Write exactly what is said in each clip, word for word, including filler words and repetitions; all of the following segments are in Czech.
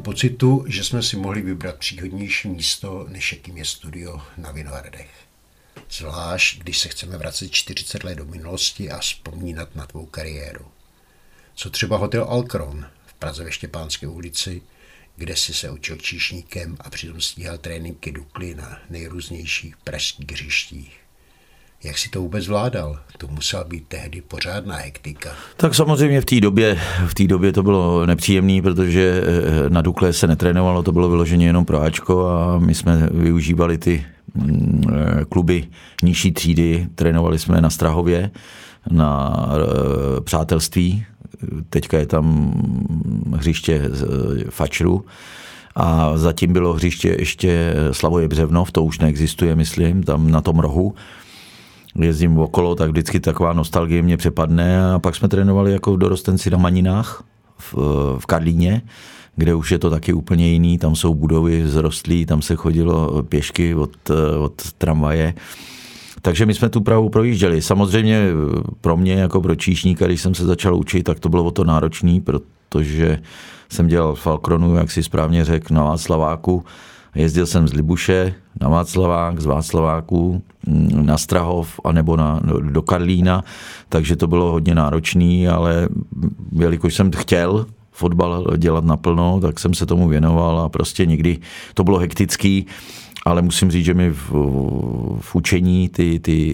pocitu, že jsme si mohli vybrat příhodnější místo, než jakým je studio na Vinohradech. Zvlášť, když se chceme vracet čtyřicet let do minulosti a vzpomínat na tvou kariéru. Co třeba hotel Alcron v Praze ve Štěpánské ulici, kde jsi se učil číšníkem a přitom stíhal tréninky Dukly na nejrůznějších pražských hřištích. Jak si to vůbec zvládal? To musela být tehdy pořádná hektika. Tak samozřejmě v té době, v té době to bylo nepříjemné, protože na Dukle se netrénovalo, to bylo vyloženě jenom pro Ačko a my jsme využívali ty kluby nižší třídy, trénovali jsme na Strahově, na Přátelství, teďka je tam hřiště Fačru a zatím bylo hřiště ještě Slavoje Břevnov, to už neexistuje, myslím, tam na tom rohu. Jezdím okolo, tak vždycky taková nostalgie mě přepadne a pak jsme trénovali jako dorostenci na Maninách v, v Karlíně, kde už je to taky úplně jiný, tam jsou budovy zrostlý, tam se chodilo pěšky od, od tramvaje. Takže my jsme tu Prahu projížděli. Samozřejmě pro mě jako pro číšníka, když jsem se začal učit, tak to bylo o to náročný, protože jsem dělal v Alcronu, jak si správně řekl, na Václaváku. Jezdil jsem z Libuše na Václavák, z Václaváku na Strahov anebo na, do Karlína, takže to bylo hodně náročný, ale jelikož jsem chtěl fotbal dělat naplno, tak jsem se tomu věnoval a prostě někdy to bylo hektický, ale musím říct, že mi v, v učení ty, ty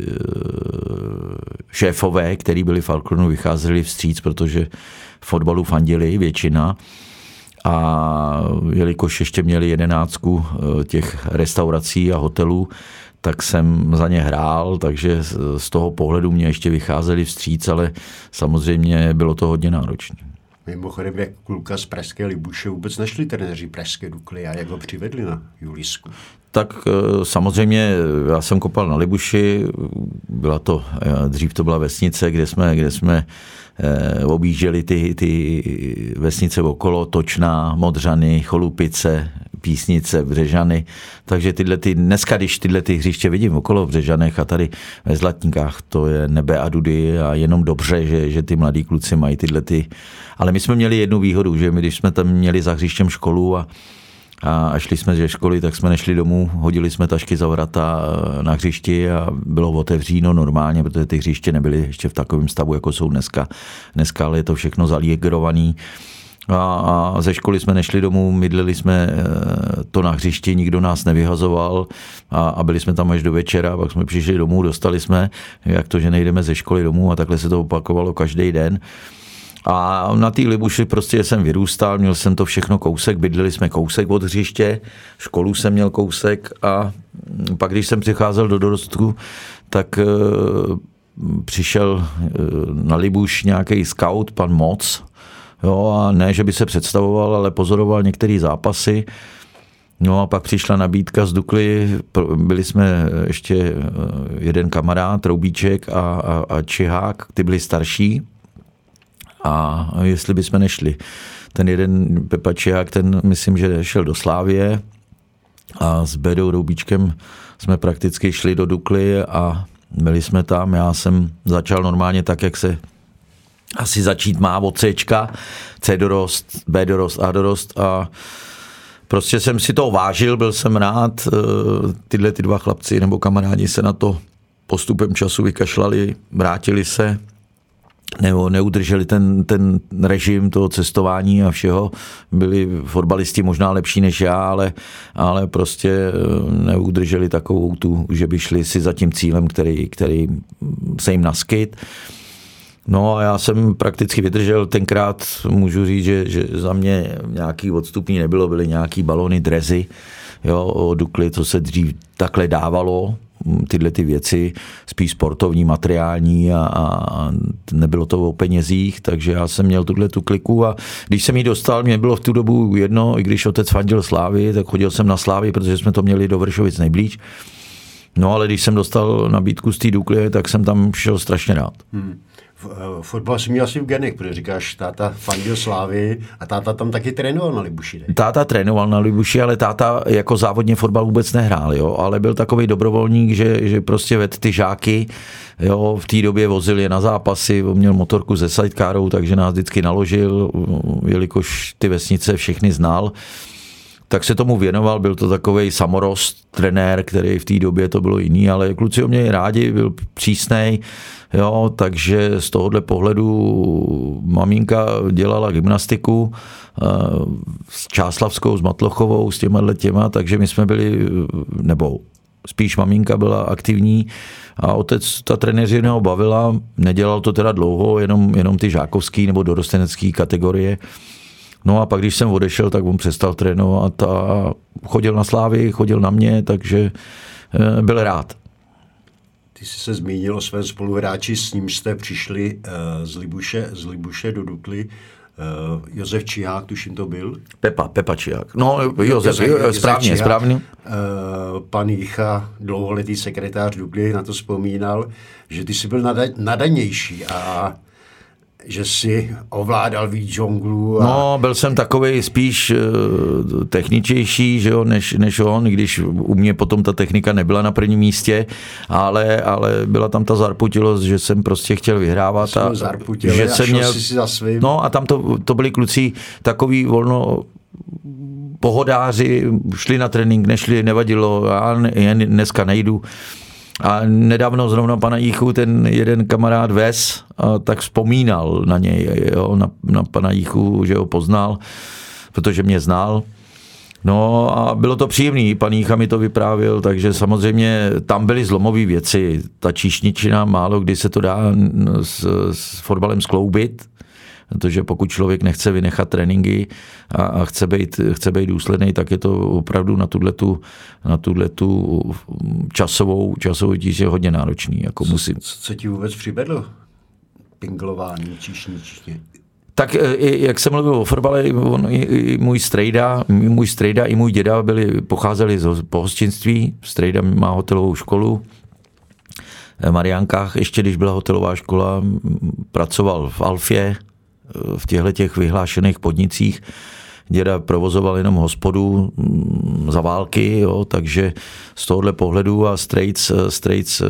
šéfové, který byli v Alcronu, vycházeli vstříc, protože fotbalu fandili většina. A jelikož ještě měli jedenáctku těch restaurací a hotelů, tak jsem za ně hrál, takže z toho pohledu mě ještě vycházeli vstříc, ale samozřejmě bylo to hodně náročné. Mimochodem, jak kluka z pražské Libuše vůbec našli trenéři pražské Dukly a jak ho přivedli na Julisku? Tak samozřejmě já jsem kopal na Libuši, byla to, dřív to byla vesnice, kde jsme, kde jsme objížděli ty, ty vesnice okolo, Točná, Modřany, Cholupice, Písnice, Břežany, takže tyhle ty, dneska, když tyhle ty hřiště vidím okolo v Břežanech a tady ve Zlatníkách, to je nebe a dudy a jenom dobře, že, že ty mladí kluci mají tyhle ty, ale my jsme měli jednu výhodu, že my, když jsme tam měli za hřištěm školu a A šli jsme ze školy, tak jsme nešli domů, hodili jsme tašky za vrata na hřišti a bylo otevříno normálně, protože ty hřiště nebyly ještě v takovém stavu, jako jsou dneska. Dneska ale je to všechno zalígrovaný. A, a ze školy jsme nešli domů, mydlili jsme to na hřišti, nikdo nás nevyhazoval a, a byli jsme tam až do večera, pak jsme přišli domů, dostali jsme, jak to, že nejdeme ze školy domů a takhle se to opakovalo každý den. A na té Libuši prostě jsem vyrůstal, měl jsem to všechno kousek, bydleli jsme kousek od hřiště, školu jsem měl kousek a pak, když jsem přicházel do dorostu, tak e, přišel e, na Libuš nějaký scout, pan Moc, jo, a ne, že by se představoval, ale pozoroval některé zápasy. No a pak přišla nabídka z Dukly, byli jsme ještě jeden kamarád, Troubíček a, a, a Čihák, ty byli starší. A jestli bychom nešli. Ten jeden Pepa Čihák, ten myslím, že šel do Slávie a s Bédou Roubíčkem jsme prakticky šli do Dukly a byli jsme tam. Já jsem začal normálně tak, jak se asi začít má od Cčka, C dorost, B dorost, A dorost a prostě jsem si to vážil, byl jsem rád. Tyhle ty dva chlapci nebo kamarádi se na to postupem času vykašlali, vrátili se, nebo neudrželi ten, ten režim toho cestování a všeho. Byli fotbalisti možná lepší než já, ale, ale prostě neudrželi takovou tu, že by šli si za tím cílem, který, který se jim naskyt. No a já jsem prakticky vydržel, tenkrát můžu říct, že, že za mě nějaký odstupní nebylo, byly nějaký balony, drezy, jo, o Dukly, co se dřív takhle dávalo, tyhle ty věci, spíš sportovní, materiální a, a nebylo to o penězích, takže já jsem měl tuhle tu kliku a když jsem ji dostal, mě bylo v tu dobu jedno, i když otec fandil Slávy, tak chodil jsem na Slávy, protože jsme to měli do Vršovic nejblíž. No ale když jsem dostal nabídku z té Dukly, tak jsem tam šel strašně rád. Hmm. Fotbal si měl asi v genech, protože říkáš, táta fandil Slávy a táta tam taky trénoval na Libuši. Ne? Táta trénoval na Libuši, ale táta jako závodně fotbal vůbec nehrál, jo, ale byl takový dobrovolník, že, že prostě vedl ty žáky, jo, v té době vozil je na zápasy, měl motorku se sidecarou, takže nás vždycky naložil, jelikož ty vesnice všechny znal, tak se tomu věnoval, byl to takovej samorost, trenér, který v té době to bylo jiný, ale kluci ho měli rádi, byl přísnej, jo, takže z tohohle pohledu maminka dělala gymnastiku s Čáslavskou, s Matlochovou, s těma těma, takže my jsme byli, nebo spíš maminka byla aktivní a otec, ta trenéřina ho bavila, nedělal to teda dlouho, jenom, jenom ty žákovský nebo dorostenecký kategorie. No a pak, když jsem odešel, tak on přestal trénovat a chodil na Slávy, chodil na mě, takže byl rád. Ty jsi se zmínil o svém spoluhráči, s ním jste přišli z Libuše, z Libuše do Dukly. Josef Čihák, tuším to byl? Pepa, Pepa Čihák. No, Josef, Josef správně, Čihák, správně. Pan Jicha, dlouholetý sekretář Dukly, na to vzpomínal, že ty jsi byl nadanější a že si ovládal víc džonglu. A... No, byl jsem takovej spíš uh, techničejší, že jo, než, než on, když u mě potom ta technika nebyla na prvním místě, ale, ale byla tam ta zarputilost, že jsem prostě chtěl vyhrávat. A, že jsem měl... si za svým. No a tam to, to byli kluci takový volno pohodáři, šli na trénink, nešli, nevadilo, já dneska nejdu. A nedávno zrovna pana Jíchu, ten jeden kamarád Ves, a tak vzpomínal na něj, jo, na, na pana Jíchu, že ho poznal, protože mě znal. No a bylo to příjemný, pan Jícha mi to vyprávěl, takže samozřejmě tam byly zlomové věci. Ta číšničina, málo kdy se to dá s, s fotbalem skloubit, protože pokud člověk nechce vynechat tréninky a, a chce být, chce být důsledný, tak je to opravdu na tuhletu, na tuhletu časovou, časovou tíži hodně náročný. Jako co, musím. Co, co ti vůbec přivedlo? Pinglování, číšničně? Tak jak jsem mluvil o fotbale, on, i, i můj strejda, můj strejda i můj děda byli, pocházeli z pohostinství. Strejda má hotelovou školu v Mariánkách, ještě když byla hotelová škola, pracoval v Alfě, v těchto těch vyhlášených podnicích. Děda provozoval jenom hospodu za války, jo, takže z tohohle pohledu a Strejc, Strejc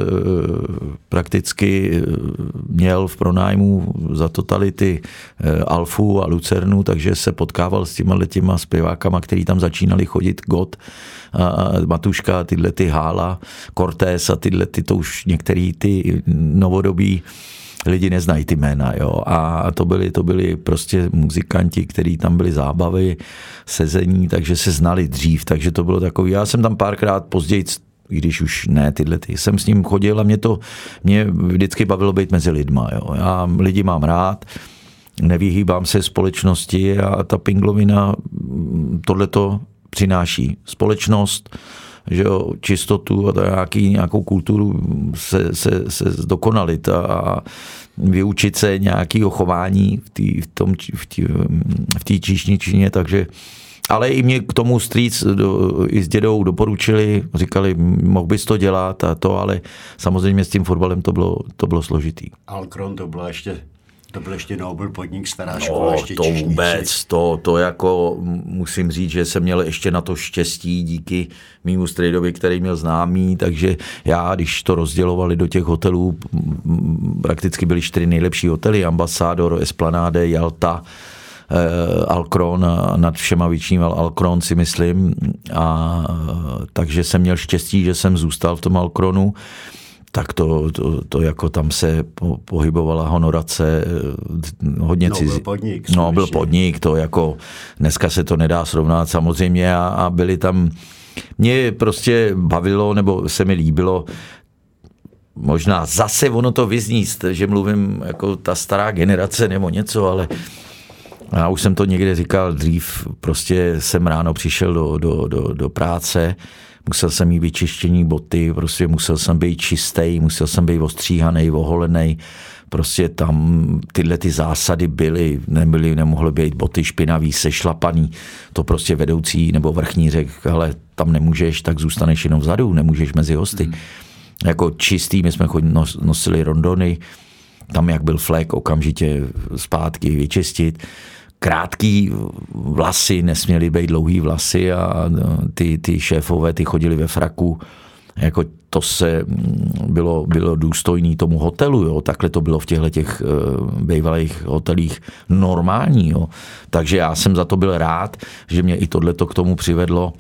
prakticky měl v pronájmu za totality Alfu a Lucernu, takže se potkával s těma těma zpěvákama, který tam začínali chodit, God, a Matuška, tyhle ty Hála, Cortés a tyhle ty, to už některý ty novodobí lidi neznají ty jména, jo. A to byli, to byli prostě muzikanti, kteří tam byli zábavy, sezení, takže se znali dřív, takže to bylo takový. Já jsem tam párkrát později, když už ne tyhle ty, jsem s ním chodil a mě to, mě vždycky bavilo být mezi lidma, jo. Já lidi mám rád, nevyhýbám se společnosti a ta pinglovina tohleto přináší. Společnost, že jo, čistotu a nějaký, nějakou kulturu se, se, se zdokonalit a vyučit se nějakého chování v té v tom, v tí, v té číšničině, takže ale i mě k tomu strýc do, i s dědou doporučili, říkali, mohl bys to dělat a to, ale samozřejmě s tím fotbalem to bylo, to bylo složitý. Alkron to bylo ještě To byl ještě Nobel podnik, stará škola, no, ještě to čišníci. vůbec, to, to jako musím říct, že jsem měl ještě na to štěstí díky mýmu strejdovi, který měl známý, takže já, když to rozdělovali do těch hotelů, prakticky byly čtyři nejlepší hotely, Ambassador, Esplanade, Jalta, Alkron, nad všema vyčníval Alkron, si myslím, a takže jsem měl štěstí, že jsem zůstal v tom Alkronu. Tak to, to, to jako tam se pohybovala honorace hodně no, cizí. Byl podnik, no, byl podnik, to jako dneska se to nedá srovnat samozřejmě a, a byli tam, mě prostě bavilo, nebo se mi líbilo, možná zase ono to vyzní, že mluvím jako ta stará generace nebo něco, ale já už jsem to někde říkal dřív, prostě jsem ráno přišel do, do, do, do práce, musel jsem mít vyčištění boty, prostě musel jsem být čistý, musel jsem být ostříhaný, oholený. Prostě tam tyhle ty zásady byly, nebyly, nemohly být boty špinavý, sešlapaný. To prostě vedoucí nebo vrchní řekl, ale tam nemůžeš, tak zůstaneš jenom vzadu, nemůžeš mezi hosty. Mm. Jako čistý, my jsme nosili rondony, tam jak byl flek, okamžitě zpátky vyčistit. Krátký vlasy, nesměly být dlouhý vlasy a ty, ty šéfové, ty chodili ve fraku, jako to se bylo, bylo důstojný tomu hotelu, jo. Takhle to bylo v těchto těch uh, bývalých hotelích normální, jo. Takže já jsem za to byl rád, že mě i tohleto k tomu přivedlo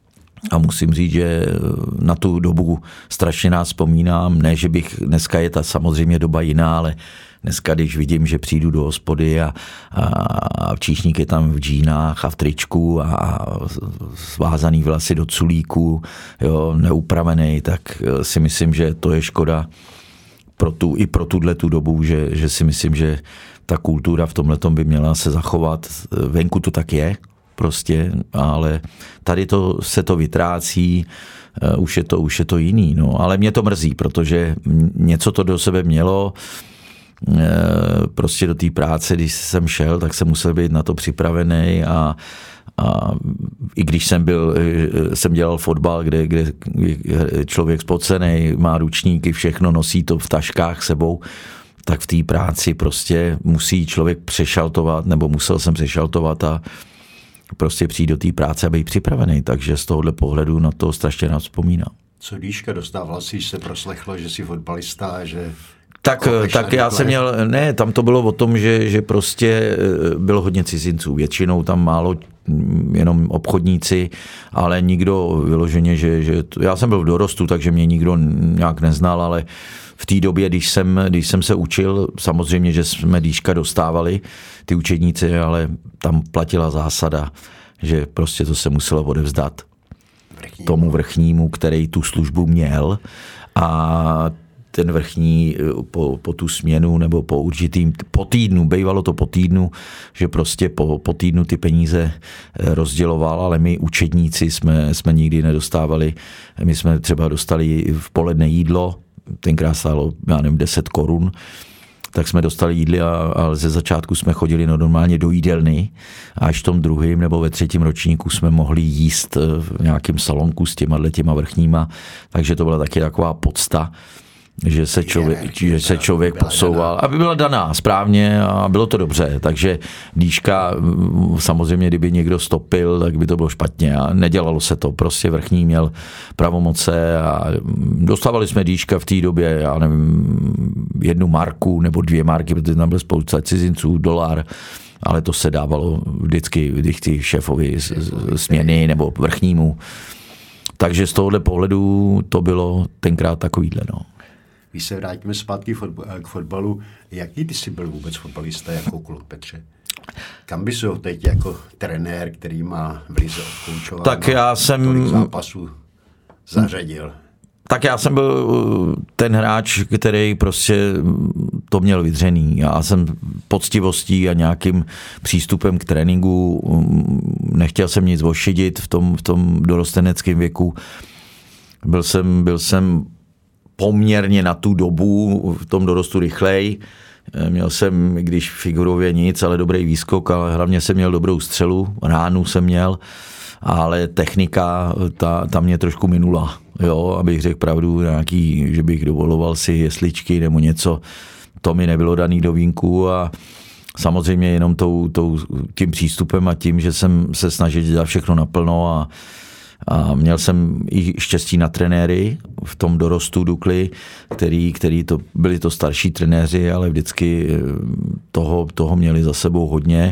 a musím říct, že na tu dobu strašně nás vzpomínám, ne, že bych, dneska je ta samozřejmě doba jiná, ale dneska, když vidím, že přijdu do hospody a, a číšník je tam v džínách a v tričku a, a svázaný vlasy do culíku, jo, neupravený, tak si myslím, že to je škoda pro tu, i pro tuhle tu dobu, že, že si myslím, že ta kultura v tomhletom by měla se zachovat. Venku to tak je, prostě, ale tady to se to vytrácí, už je to, už je to jiný, no, ale mě to mrzí, protože něco to do sebe mělo, prostě do té práce, když jsem šel, tak jsem musel být na to připravený a, a i když jsem byl, jsem dělal fotbal, kde, kde člověk spocený, má ručníky, všechno nosí to v taškách sebou, tak v té práci prostě musí člověk přešaltovat, nebo musel jsem přešaltovat a prostě přijít do té práce a být připravený, takže z tohohle pohledu na to strašně rád vzpomínám. Co Díška, dostával si, se proslechlo, že jsi fotbalista, že... Tak, tak já jsem měl, ne, tam to bylo o tom, že, že prostě bylo hodně cizinců, většinou tam málo jenom obchodníci, ale nikdo vyloženě, že, že já jsem byl v dorostu, takže mě nikdo nějak neznal, ale v té době, když jsem, když jsem se učil, samozřejmě, že jsme Díška dostávali, ty učedníci, ale tam platila zásada, že prostě to se muselo odevzdat vrchnímu. Tomu vrchnímu, který tu službu měl a ten vrchní po, po tu směnu nebo po určitým, po týdnu, bývalo to po týdnu, že prostě po, po týdnu ty peníze rozděloval, ale my učedníci jsme, jsme nikdy nedostávali. My jsme třeba dostali v poledne jídlo, tenkrát stálo, já nevím, deset korun, tak jsme dostali jídly a, a ze začátku jsme chodili normálně do jídelny a až v tom druhém nebo ve třetím ročníku jsme mohli jíst v nějakém salonku s těma těma vrchníma, takže to byla taky taková podsta, že se člověk, že se člověk posouval, aby byla daná správně a bylo to dobře, takže Díška samozřejmě, kdyby někdo stopil, tak by to bylo špatně a nedělalo se to, prostě vrchní měl pravomoce a dostávali jsme Díška v té době, já nevím, jednu marku nebo dvě marky, protože tam byl spousta cizinců, dolar, ale to se dávalo vždycky, vždycky šéfovi směny nebo vrchnímu, takže z tohohle pohledu to bylo tenkrát takovýhle, no. Když se vrátíme zpátky k fotbalu, jaký ty jsi byl vůbec fotbalista jako kluk, Petře? Kam bys ho teď jako trenér, který má v lize odkoučováno, tak já jsem tolik zápasů zařadil? Tak já jsem byl ten hráč, který prostě to měl vydřený. Já jsem poctivostí a nějakým přístupem k tréninku, nechtěl jsem nic ošidit v tom, v tom dorosteneckém věku. Byl jsem, byl jsem poměrně na tu dobu v tom dorostu rychlej. Měl jsem, když figurově nic, ale dobrý výskok, ale hlavně jsem měl dobrou střelu, ránu jsem měl, ale technika, ta, ta mě trošku minula, jo, abych řekl pravdu, nějaký, že bych dovoloval si jesličky nebo něco, to mi nebylo daný do vínku a samozřejmě jenom tou, tou, tím přístupem a tím, že jsem se snažil dělat všechno naplno a A měl jsem i štěstí na trenéry v tom dorostu Dukly, který, který to, byli to starší trenéři, ale vždycky toho, toho měli za sebou hodně.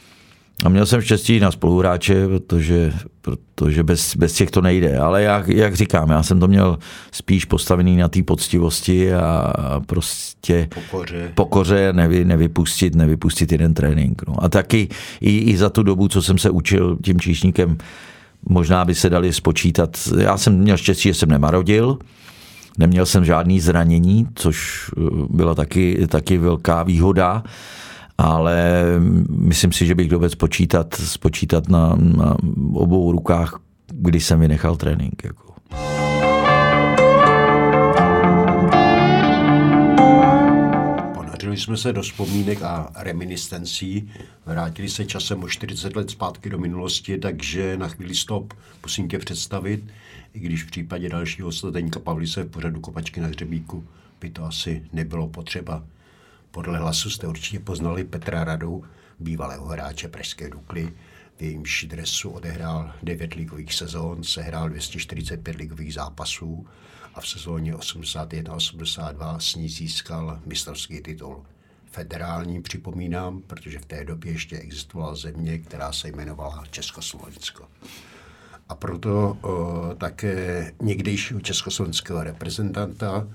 A měl jsem štěstí na spoluhráče, protože, protože bez, bez těch to nejde. Ale jak, jak říkám, já jsem to měl spíš postavený na té poctivosti a prostě pokoře, pokoře nevy, nevypustit, nevypustit jeden trénink. No. A taky i, i za tu dobu, co jsem se učil tím číšníkem, možná by se dali spočítat. Já jsem měl štěstí, že jsem nemarodil, neměl jsem žádný zranění, což byla taky, taky velká výhoda, ale myslím si, že bych dovedl spočítat, spočítat na, na obou rukách, kdy jsem vynechal trénink. Jako. Ponořili jsme se do vzpomínek a reminiscencí, vrátili se časem o čtyřicet let zpátky do minulosti, takže na chvíli stop, musím tě představit, i když v případě dalšího Zdeňka Pavlise v pořadu Kopačky na hřebíku by to asi nebylo potřeba. Podle hlasu jste určitě poznali Petra Radu, bývalého hráče pražské Dukly. V jejímž dresu odehrál devět ligových sezón, sehrál dvě stě čtyřicet pět ligových zápasů a v sezóně osmdesát jedna osmdesát dva s ní získal mistrovský titul. Federální připomínám, protože v té době ještě existovala země, která se jmenovala Československo. A proto o, také někdejšího československého reprezentanta,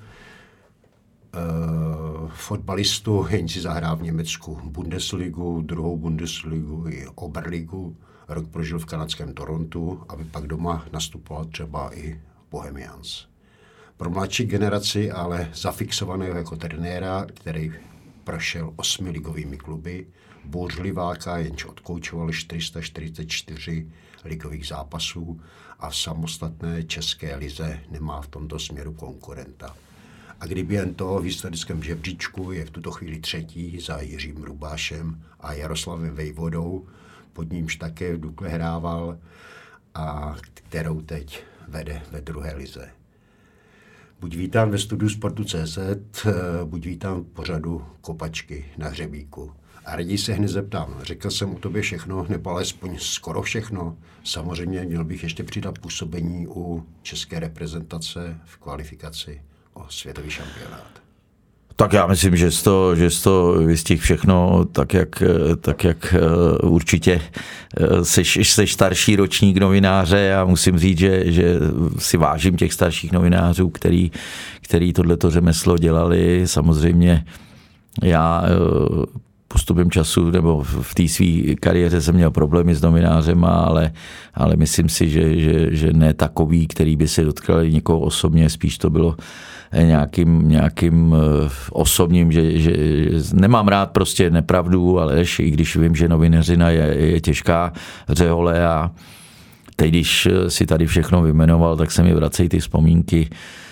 Uh, fotbalistu, jenž si zahrál v Německu Bundesligu, druhou Bundesligu i Oberligu, rok prožil v kanadském Torontu, aby pak doma nastupoval třeba i Bohemians. Pro mladší generaci ale zafixovaného jako trenéra, který prošel osmi ligovými kluby, bouřliváka, jenž odkoučoval čtyři sta čtyřicet čtyři ligových zápasů a v samostatné české lize nemá v tomto směru konkurenta. A kdyby jen to v historickém žebříčku je v tuto chvíli třetí za Jiřím Rubášem a Jaroslavem Vejvodou, pod nímž také v Dukle hrával a kterou teď vede ve druhé lize. Buď vítám ve studiu Sportu tečka cé zet, buď vítám v pořadu Kopačky na hřebíku. A raději se hned zeptám, řekl jsem o tobě všechno, nebo alespoň skoro všechno. Samozřejmě měl bych ještě přidat působení u české reprezentace v kvalifikaci o světový šampionát. Tak já myslím, že jsi to, že jsi to vystihl všechno tak, jak, tak, jak určitě seš, seš starší ročník novináře a musím říct, že, že si vážím těch starších novinářů, který, který tohleto řemeslo dělali. Samozřejmě já postupem času nebo v té své kariéře jsem měl problémy s novinářem, ale, ale myslím si, že, že, že ne takový, který by se dotkali někoho osobně, spíš to bylo nějakým, nějakým osobním, že, že nemám rád prostě nepravdu, ale i když vím, že novinařina je, je těžká řehole a teď, když si tady všechno vyjmenoval, tak se mi vracejí ty vzpomínky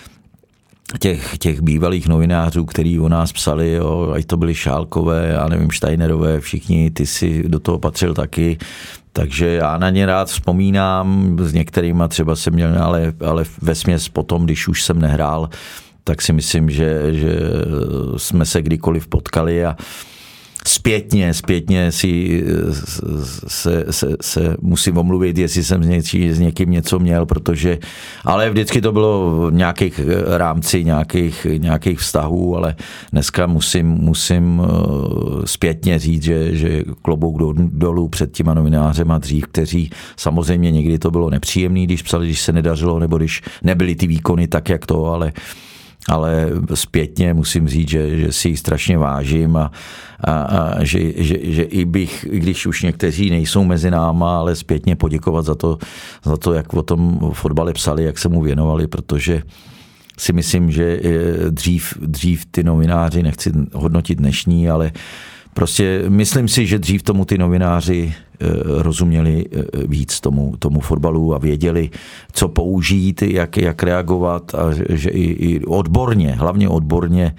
těch, těch bývalých novinářů, který o nás psali, jo, ať to byli Šálkové, já nevím, Steinerové, všichni, ty si do toho patřil taky, takže já na ně rád vzpomínám, s některýma třeba jsem měl, ale, ale vesměs potom, když už jsem nehrál, tak si myslím, že, že jsme se kdykoliv potkali a Zpětně, zpětně si se, se, se musím omluvit, jestli jsem s, něčí, s někým něco měl, protože, ale vždycky to bylo v nějakých rámci, nějakých, nějakých vztahů, ale dneska musím, musím zpětně říct, že, že klobouk dolů před těma novinářema dřív, kteří samozřejmě někdy to bylo nepříjemný, když psali, když se nedařilo, nebo když nebyly ty výkony tak, jak to, ale ale zpětně musím říct, že, že si ji strašně vážím a, a, a že, že, že i bych, když už někteří nejsou mezi náma, ale zpětně poděkovat za to, za to, jak o tom fotbale psali, jak se mu věnovali, protože si myslím, že dřív, dřív ty novináři, nechci hodnotit dnešní, ale prostě myslím si, že dřív tomu ty novináři rozuměli víc tomu, tomu fotbalu a věděli, co použít, jak, jak reagovat a že i, i odborně, hlavně odborně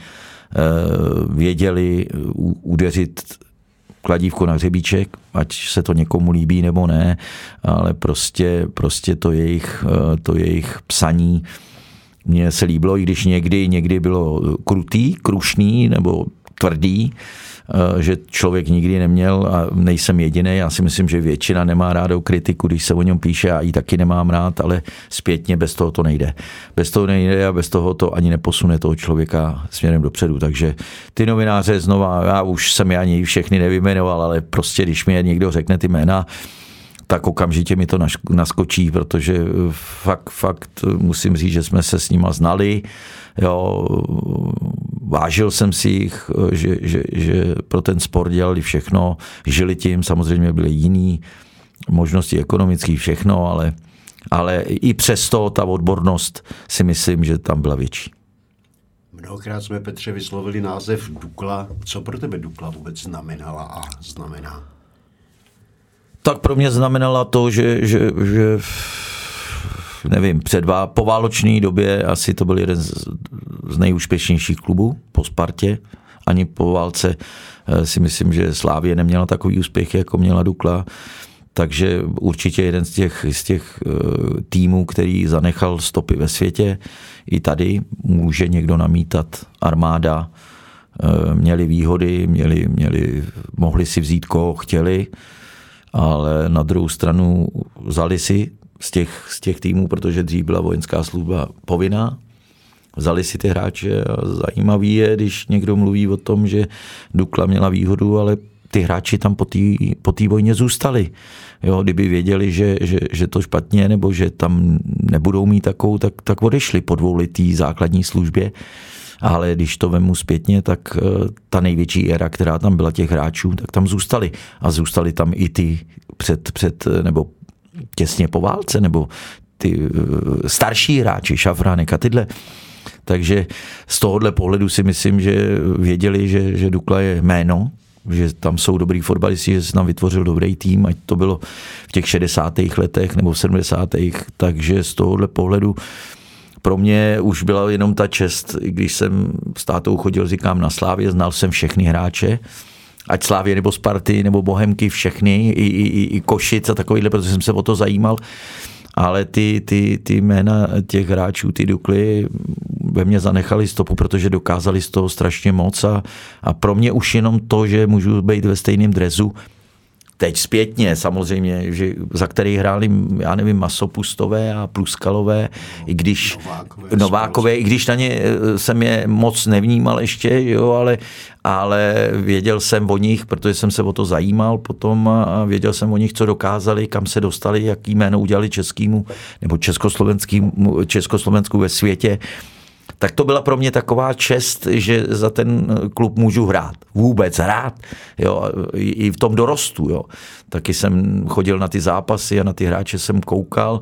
věděli udeřit kladívko na hřebíček, ať se to někomu líbí nebo ne, ale prostě, prostě to jejich, to jejich psaní mně se líbilo, i když někdy, někdy bylo krutý, krušný nebo tvrdý, že člověk nikdy neměl a nejsem jediný. Já si myslím, že většina nemá rádou kritiku, když se o něm píše, já ji taky nemám rád, ale zpětně bez toho to nejde. Bez toho nejde a bez toho to ani neposune toho člověka směrem dopředu. Takže ty novináře znova, já už jsem je ani všechny nevyjmenoval, ale prostě když mi někdo řekne ty jména, tak okamžitě mi to naskočí, protože fakt, fakt musím říct, že jsme se s nima znali. Jo, vážil jsem si jich, že, že, že pro ten sport dělali všechno, žili tím, samozřejmě byly jiný možnosti ekonomické, všechno, ale, ale i přesto ta odbornost si myslím, že tam byla větší. Mnohokrát jsme, Petře, vyslovili název Dukla. Co pro tebe Dukla vůbec znamenala a znamená? Tak pro mě znamenala to, že, že, že nevím, před vá, po válečné době asi to byl jeden z, z nejúspěšnějších klubů po Spartě. Ani po válce si myslím, že Slavie neměla takový úspěch, jako měla Dukla. Takže určitě jeden z těch, z těch týmů, který zanechal stopy ve světě. I tady může někdo namítat Armáda, měli výhody, měli, měli, mohli si vzít, koho chtěli, ale na druhou stranu vzali si z těch, z těch týmů, protože dřív byla vojenská služba povinná, vzali si ty hráče a zajímavý je, když někdo mluví o tom, že Dukla měla výhodu, ale ty hráči tam po té po té vojně zůstali. Jo, kdyby věděli, že, že, že to špatně, nebo že tam nebudou mít takovou, tak, tak odešli po dvouletý základní službě. Ale když to vemu zpětně, tak ta největší éra, která tam byla těch hráčů, tak tam zůstali. A zůstali tam i ty před, před nebo těsně po válce, nebo ty starší hráči, Šafránek a tyhle. Takže z tohohle pohledu si myslím, že věděli, že, že Dukla je jméno, že tam jsou dobrý fotbalisti, že se tam vytvořil dobrý tým, ať to bylo v těch šedesátých letech nebo v sedmdesátých Takže z tohohle pohledu pro mě už byla jenom ta čest, když jsem s tátou chodil, říkám, na Slávě, znal jsem všechny hráče, ať Slávě nebo Sparty nebo Bohemky, všechny, i, i, i Košic a takovýhle, protože jsem se o to zajímal. Ale ty, ty, ty jména těch hráčů, ty Dukly, ve mně zanechali stopu, protože dokázali z toho strašně moc a, a pro mě už jenom to, že můžu být ve stejném dresu, teď zpětně samozřejmě, že za který hráli, já nevím, Masopustové a Pluskalové, i když Novákové, Novákové i když na ně jsem je moc nevnímal ještě, jo, ale, ale věděl jsem o nich, protože jsem se o to zajímal potom a věděl jsem o nich, co dokázali, kam se dostali, jaký jméno udělali českýmu nebo československýmu, Československu ve světě. Tak to byla pro mě taková čest, že za ten klub můžu hrát. Vůbec hrát. Jo, i v tom dorostu. Jo. Taky jsem chodil na ty zápasy a na ty hráče jsem koukal,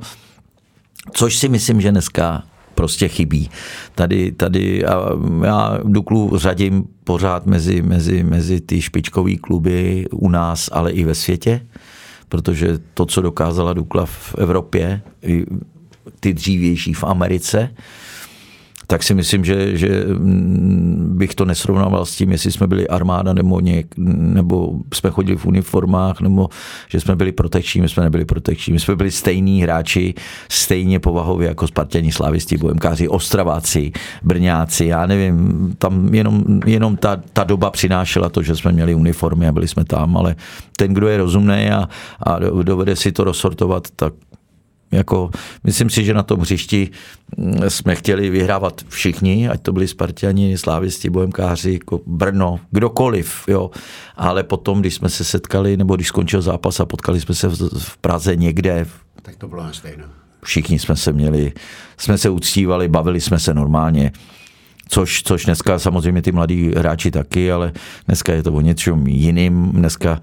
což si myslím, že dneska prostě chybí. Tady, tady a já Duklu řadím pořád mezi, mezi, mezi ty špičkový kluby u nás, ale i ve světě, protože to, co dokázala Dukla v Evropě, ty dřívější v Americe, tak si myslím, že, že bych to nesrovnával s tím, jestli jsme byli armáda nebo, něk, nebo jsme chodili v uniformách, nebo že jsme byli protekční, my jsme nebyli protekční. My jsme byli stejní hráči, stejně povahově jako Spartěni, Slavisti, Bohemkáři, Ostraváci, Brňáci, já nevím, tam jenom, jenom ta, ta doba přinášela to, že jsme měli uniformy a byli jsme tam, ale ten, kdo je rozumný a, a dovede si to rozsortovat, tak jako, myslím si, že na tom hřišti jsme chtěli vyhrávat všichni, ať to byli Sparťani, Slávisti, Bohemkáři, jako Brno, kdokoliv, jo. Ale potom, když jsme se setkali, nebo když skončil zápas a potkali jsme se v, v Praze někde, tak to bylo stejné. Všichni jsme se měli, jsme se uctívali, bavili jsme se normálně. Což, což dneska samozřejmě ty mladí hráči taky, ale dneska je to o něčem jiným. Dneska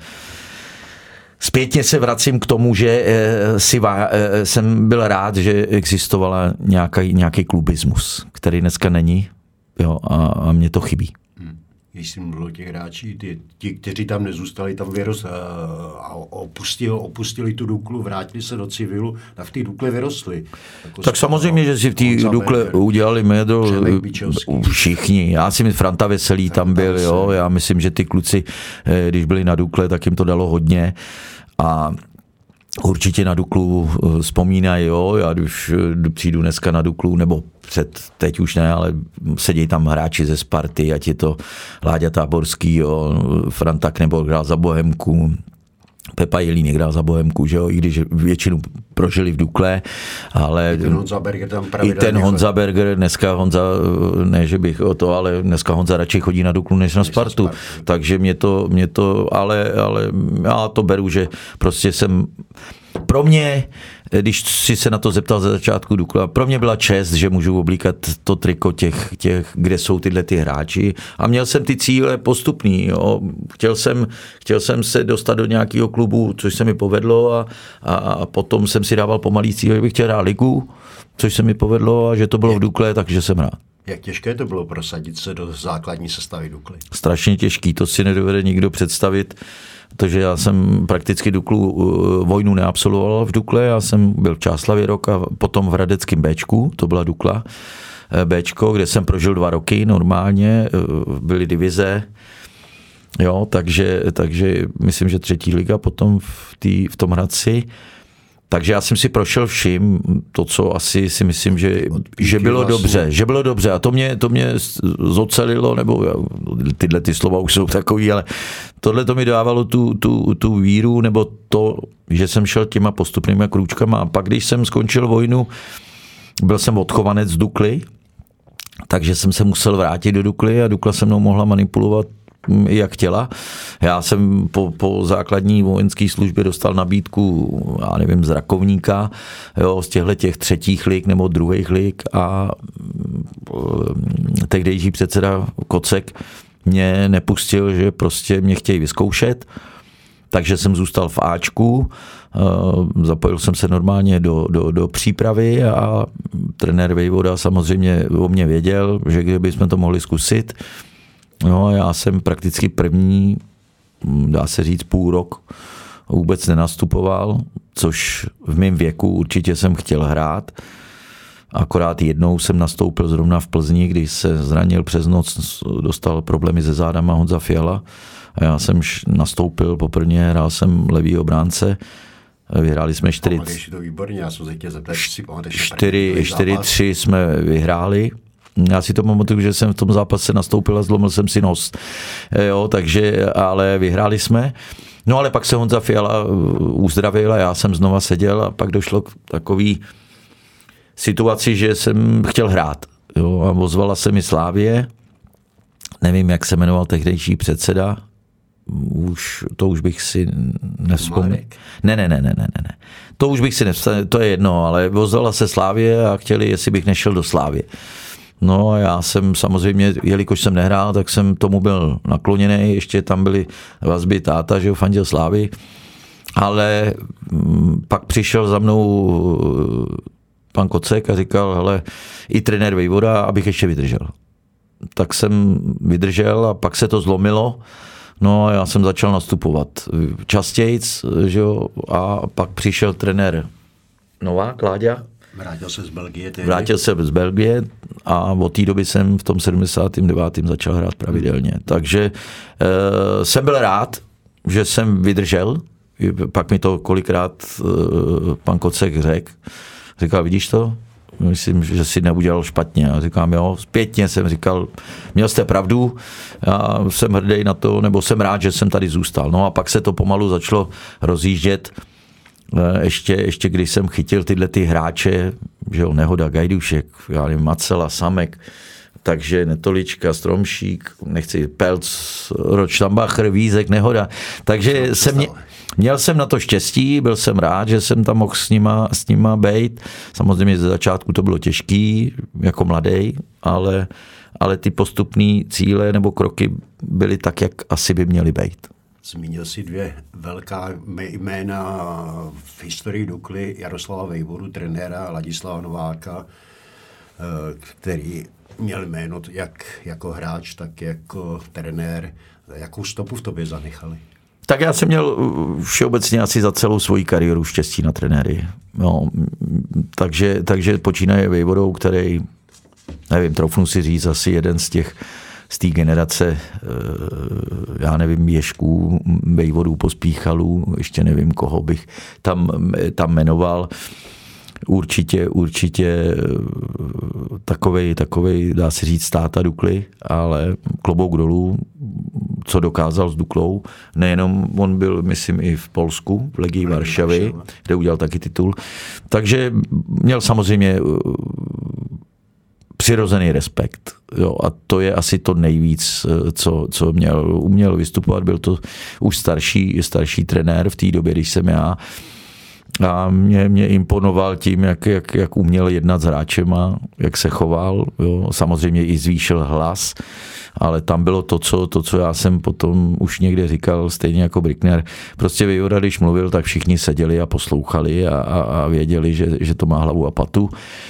zpětně se vracím k tomu, že si vá, jsem byl rád, že existovala nějaký, nějaký klubismus, který dneska není, jo, a, a mě to chybí. Hmm. Když jsi mluvil o těch hráčích, ty, ti, kteří tam nezůstali, tam vyrost, a opustili, opustili tu Duklu, vrátili se do civilu a v té Dukle vyrostli. Jako tak samozřejmě, že si v té Dukle udělali médro všichni. Já si myslím, Franta Veselý tam byl, jo, já myslím, že ty kluci, když byli na Dukle, tak jim to dalo hodně. A určitě na Duklu vzpomínají, jo, já když přijdu dneska na Duklu, nebo před, teď už ne, ale sedějí tam hráči ze Sparty, ať je to Láďa Táborský, jo, Franta Knebor hrál za Bohemku, Pepa Jelínek hrál za Bohemku, že jo, i když většinu prožili v Dukle, ale i ten Honza Berger tam i ten Honza Berger, dneska Honza, ne, že bych o to, ale dneska Honza radši chodí na Duklu než na Spartu, Spartu. Takže mě to, mě to, ale, ale já to beru, že prostě jsem, pro mě, když si se na to zeptal ze začátku Dukla, pro mě byla čest, že můžu oblíkat to triko těch, těch, kde jsou tyhle ty hráči a měl jsem ty cíle postupný, jo. Chtěl jsem, chtěl jsem se dostat do nějakého klubu, což se mi povedlo a, a, a potom jsem si dával pomalý cíle, že bych chtěl hrát ligu, což se mi povedlo a že to bylo v Dukle, takže jsem rád. Jak těžké to bylo prosadit se do základní sestavy Dukly? Strašně těžký, to si nedovede nikdo představit, protože já jsem prakticky Duklu vojnu neabsolvoval v Dukle, já jsem byl v Čáslavě rok a potom v Hradeckém Béčku, to byla Dukla Béčko, kde jsem prožil dva roky normálně, byly divize, jo, takže, takže myslím, že třetí liga potom v, tý, v tom Hradci. Takže já jsem si prošel vším, to, co asi si myslím, že, že bylo vlastně dobře, že bylo dobře a to mě, to mě zocelilo, nebo tyhle ty slova už jsou takový, ale tohle to mi dávalo tu, tu, tu víru, nebo to, že jsem šel těma postupnýma krůčkama a pak, když jsem skončil vojnu, byl jsem odchovanec z Dukly, takže jsem se musel vrátit do Dukly a Dukla se mnou mohla manipulovat jak chtěla. Já jsem po, po základní vojenské službě dostal nabídku, já nevím, z Rakovníka, jo, z těchto těch třetích lig nebo druhých lig a tehdejší předseda Kocek mě nepustil, že prostě mě chtějí vyzkoušet, takže jsem zůstal v Ačku, zapojil jsem se normálně do, do, do přípravy a trenér Vejvoda samozřejmě o mě věděl, že kdybychom to mohli zkusit. No, já jsem prakticky první, dá se říct, půl rok vůbec nenastupoval, což v mém věku určitě jsem chtěl hrát. Akorát jednou jsem nastoupil zrovna v Plzni, když se zranil přes noc, dostal problémy se zádama Honza Fiala. A já jsem nastoupil poprvé, hrál jsem levý obránce. Vyhráli jsme čtyři tři jsme vyhráli. Já si to pamatuju, že jsem v tom zápase nastoupil a zlomil jsem si nos. Jo, takže, ale vyhráli jsme. No ale pak se Honza Fiala uzdravil a já jsem znova seděl a pak došlo k takový situaci, že jsem chtěl hrát. Jo, a ozvala se mi Slávie. Nevím, jak se jmenoval tehdejší předseda. Už, to už bych si nevzpomněl. Ne, ne, ne, ne, ne, ne. To už bych si nevzpomněl, to je jedno, ale ozvala se Slávie a chtěli, jestli bych nešel do Slávie. No a já jsem samozřejmě, jelikož jsem nehrál, tak jsem tomu byl nakloněný, ještě tam byly vazby táta, že ho fandil Slávy, ale pak přišel za mnou pan Kocek a říkal, hele, i trenér Vejvoda, abych ještě vydržel. Tak jsem vydržel a pak se to zlomilo, no a já jsem začal nastupovat častějc, že jo, a pak přišel trenér Novák, Láďa. Vrátil se z Belgie. Tehdy. Vrátil se z Belgie a od té doby jsem v tom sedmdesátém devátém začal hrát pravidelně. Takže e, jsem byl rád, že jsem vydržel. Pak mi to kolikrát e, pan Kocek řekl. Říkal, vidíš to? Myslím, že si neudělal špatně. A říkám, jo, zpětně jsem říkal, měl jste pravdu, já jsem hrdý na to, nebo jsem rád, že jsem tady zůstal. No a pak se to pomalu začalo rozjíždět. Ještě, ještě když jsem chytil tyhle ty hráče, že jo, Nehoda, Gajdušek, já nevím, Macela, Samek, takže Netolička, Stromšík, nechci, Pelc, Ročtambacher, Vízek, Nehoda. Takže jsem mě, měl jsem na to štěstí, byl jsem rád, že jsem tam mohl s nima, s nima bejt. Samozřejmě ze začátku to bylo těžký, jako mladý, ale, ale ty postupné cíle nebo kroky byly tak, jak asi by měly bejt. Zmínil si dvě velká jména v historii Dukly, Jaroslava Vejvodu, trenéra, Ladislava Nováka, který měl jméno jak jako hráč, tak jako trenér. Jakou stopu v tobě zanechali? Tak já jsem měl všeobecně asi za celou svoji kariéru štěstí na trenéry. No, takže, takže počínaje Vejvodou, který, nevím, troufnu si říct, asi jeden z těch z té generace, já nevím, Ježků, Vejvodů, Pospíchalů, ještě nevím, koho bych tam, tam jmenoval. Určitě, určitě takovej, takovej, dá se říct, táta Dukly, ale klobouk dolů, co dokázal s Duklou. Nejenom on byl, myslím, i v Polsku, v Legii Varšavy, kde udělal taky titul. Takže měl samozřejmě přirozený respekt. Jo, a to je asi to nejvíc, co, co měl. Uměl vystupovat, byl to už starší, starší trenér v té době, když jsem já. A mě, mě imponoval tím, jak, jak, jak uměl jednat s hráčema, jak se choval. Jo. Samozřejmě i zvýšil hlas, ale tam bylo to co, to, co já jsem potom už někde říkal, stejně jako Brickner. Prostě Vejvoda, když mluvil, tak všichni seděli a poslouchali a, a, a věděli, že, že to má hlavu a patu.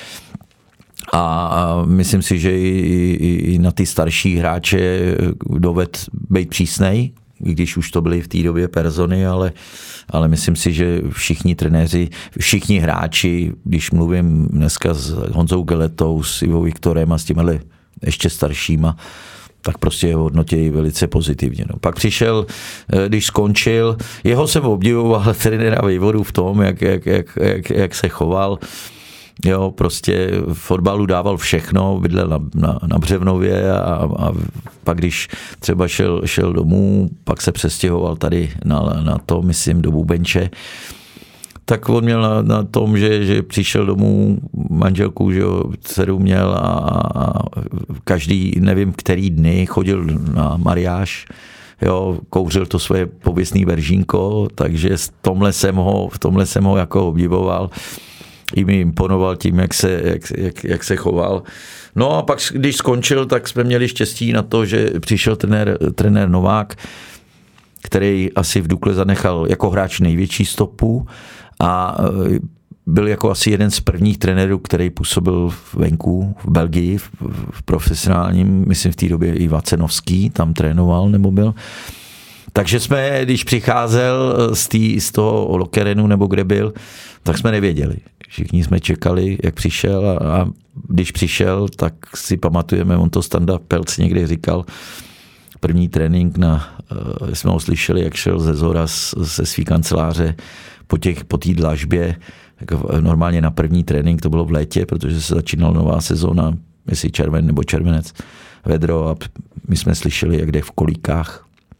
A myslím si, že i, i, i na ty starší hráče doved být přísnej, i když už to byly v té době persony, ale, ale myslím si, že všichni trenéři, všichni hráči, když mluvím dneska s Honzou Geletou, s Ivou Viktorem a s těmhle ještě staršíma, tak prostě je hodnotí velice pozitivně. No. Pak přišel, když skončil, jeho jsem obdivoval trenéra Vejvodu v tom, jak, jak, jak, jak, jak se choval. Jo, prostě v fotbalu dával všechno, bydlel na, na, na Břevnově a, a pak když třeba šel, šel domů, pak se přestěhoval tady na, na to, myslím, do Bubenče, tak on měl na, na tom, že, že přišel domů, manželku, že jo, dceru měl a, a každý, nevím, který dny chodil na mariáž, jo, kouřil to svoje pověstný veržínko, takže v tomhle jsem ho, v tomhle jsem ho jako obdivoval. I mi imponoval tím, jak se, jak, jak, jak se choval. No a pak, když skončil, tak jsme měli štěstí na to, že přišel trenér, trenér Novák, který asi v Dukle zanechal jako hráč největší stopu a byl jako asi jeden z prvních trenérů, který působil venku v Belgii, v, v profesionálním, myslím v té době i Vacenovský tam trénoval nebo byl. Takže jsme, když přicházel z, tý, z toho Lokerenu nebo kde byl, tak jsme nevěděli. Všichni jsme čekali, jak přišel a, a když přišel, tak si pamatujeme, on to Standa Pelc někdy říkal, první trénink, na, jsme ho slyšeli, jak šel ze zhora ze svý kanceláře po těch, po té dlažbě, jako normálně na první trénink, to bylo v létě, protože se začínala nová sezóna, jestli červen nebo červenec, vedro a my jsme slyšeli, jak jde v kolíkách,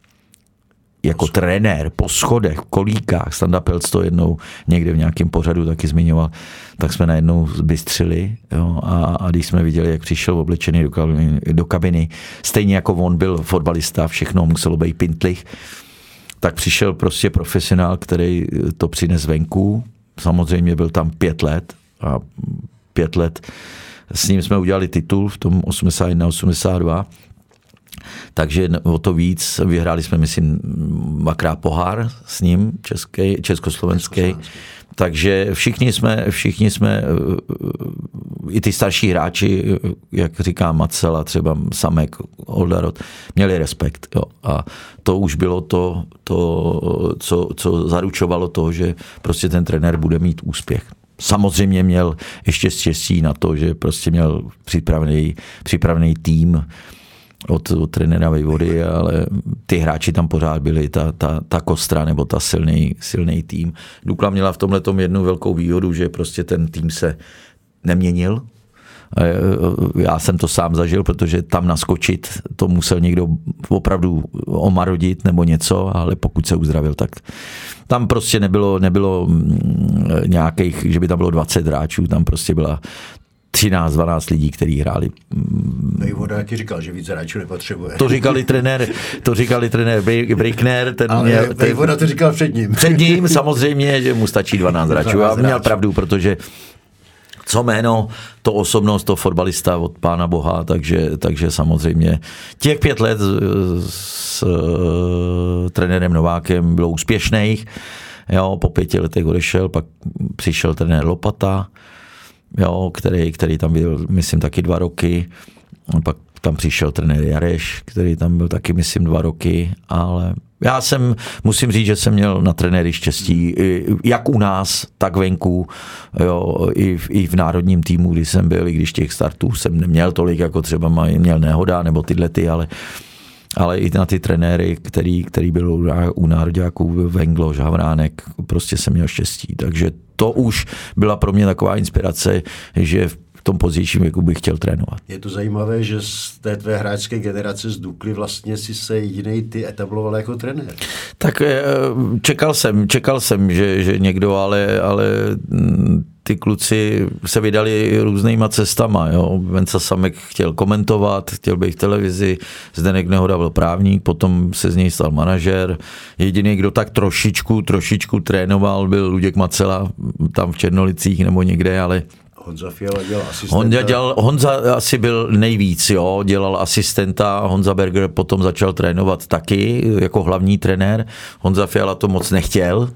jako trenér po schodech, v kolíkách, Standa Pelc to jednou někde v nějakém pořadu taky zmiňoval, tak jsme najednou zbystřili, jo, a, a když jsme viděli, jak přišel oblečený do kabiny, do kabiny, stejně jako on byl fotbalista, všechno muselo být pintlich, tak přišel prostě profesionál, který to přines venku, samozřejmě byl tam pět let a pět let s ním jsme udělali titul v tom osmdesát jedna osmdesát dva, takže o to víc, vyhráli jsme, myslím, dvakrát pohár s ním, český, československý, takže všichni jsme, všichni jsme, i ty starší hráči, jak říká Macela, třeba Samek, Oldarot, měli respekt. Jo. A to už bylo to, to co, co zaručovalo to, že prostě ten trenér bude mít úspěch. Samozřejmě měl ještě štěstí na to, že prostě měl připravený, připravený tým, Od, od trenéra Vejvody, ale ty hráči tam pořád byli, ta, ta, ta kostra nebo ta silný, silný tým. Dukla měla v tomhletom jednu velkou výhodu, že prostě ten tým se neměnil. Já jsem to sám zažil, protože tam naskočit to musel někdo opravdu omarodit nebo něco, ale pokud se uzdravil, tak tam prostě nebylo, nebylo nějakých, že by tam bylo dvacet hráčů, tam prostě byla třináct dvanáct lidí, kteří hráli. Vejvoda ti říkal, že víc hráčů nepotřebuje. To říkali trenér, to říkali trenér Brickner. Ten ale měl, ten, Vejvoda to říkal před ním. Před ním samozřejmě, že mu stačí dvanáct hráčů. A měl pravdu, protože co jméno, to osobnost, to fotbalista od Pána Boha, takže, takže samozřejmě těch pět let s, s uh, trenérem Novákem bylo úspěšných. Jo, po pěti letech odešel, pak přišel trenér Lopata, jo, který, který tam byl, myslím, taky dva roky. Pak tam přišel trenér Jareš, který tam byl taky, myslím, dva roky, ale já jsem, musím říct, že jsem měl na trenéry štěstí, jak u nás, tak venku, jo, i, v, i v národním týmu, kdy jsem byl, i když těch startů jsem neměl tolik, jako třeba měl Nehoda, nebo tyhle ty, ale ale i na ty trenéry, který, který byl u nároďáků, Vengloš, Havránek, prostě jsem měl štěstí. Takže to už byla pro mě taková inspirace, že v tom pozdějším věku bych chtěl trénovat. Je to zajímavé, že z té tvé hráčské generace z Dukly vlastně si se jedinej ty etabloval jako trenér. Tak čekal jsem, čekal jsem, že, že někdo, ale, ale ty kluci se vydali různýma cestama. Jo. Venca Samek chtěl komentovat, chtěl být v televizi, Zdeněk Nehoda byl právník, potom se z něj stal manažer. Jediný, kdo tak trošičku, trošičku trénoval, byl Luděk Macela, tam v Černolicích nebo někde, ale Honza Fiala dělal asistenta. Honza, dělal, Honza asi byl nejvíc, jo, dělal asistenta, Honza Berger potom začal trénovat taky jako hlavní trenér. Honza Fiala to moc nechtěl,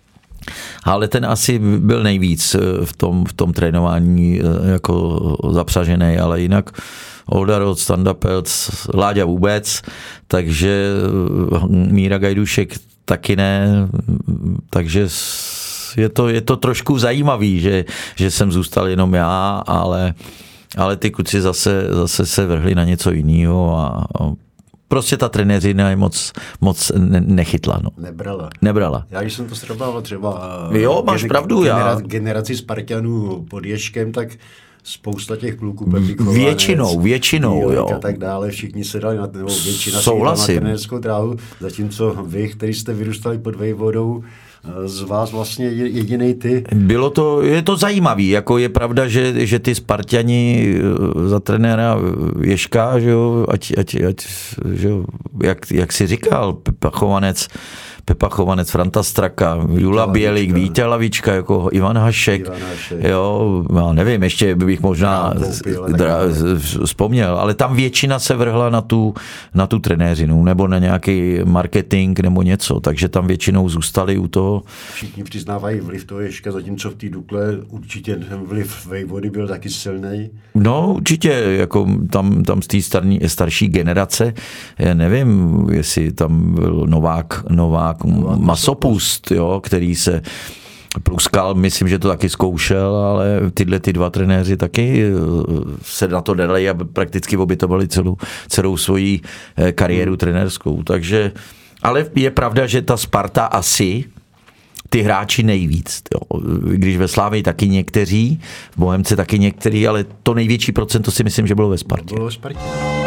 ale ten asi byl nejvíc v tom, v tom trénování jako zapřažený, ale jinak Oldarot, Standa Pelc, Láďa vůbec, takže Míra Gajdušek taky ne, takže je to, je to trošku zajímavý, že, že jsem zůstal jenom já, ale ale ty kluci zase, zase se vrhli na něco jiného a, a prostě ta trenéřina je moc, moc ne, nechytla. No. Nebrala. Nebrala. Já když jsem to srovnával třeba jo, máš gener- pravdu, genera- já. generaci Spartanů pod Ježkem, tak spousta těch kluků, Pepík Chovanec, většinou, většinou, jo. A tak dále, všichni se dali na, nebo většina Souhlasím. se na trenérskou dráhu, zatímco vy, kteří jste vyrůstali pod Vejvodou, z vás vlastně jedinej ty. Bylo to, je to zajímavý, jako je pravda, že, že ty Sparťani za trenéra Ježka, že jo, ať, ať, ať, že jo, jak, jak si říkal, Pepa Chovanec, Pepa Chovanec, Franta Straka, Jula Bělík, Vítě Lavička, jako Ivan Hašek, Ivan Hašek. Jo, já nevím, ještě bych možná vzpomněl, ale tam většina se vrhla na tu, na tu trenéřinu, nebo na nějaký marketing, nebo něco, takže tam většinou zůstali u toho. Všichni přiznávají vliv toho Ježka, zatímco v té Dukle určitě ten vliv Vejvody byl taky silný. No určitě, jako tam, tam z té starší generace, já nevím, jestli tam byl Novák, Novák, Masopust, jo, který se Pluskal, myslím, že to taky zkoušel, ale tyhle ty dva trenéři taky se na to dali a prakticky obětovali celou, celou svoji kariéru trenérskou. Takže, ale je pravda, že ta Sparta asi ty hráči nejvíc. Jo. Když ve Slávii taky někteří, v Bohemce taky někteří, ale to největší procento si myslím, že bylo ve Spartě. Bylo ve Spartě.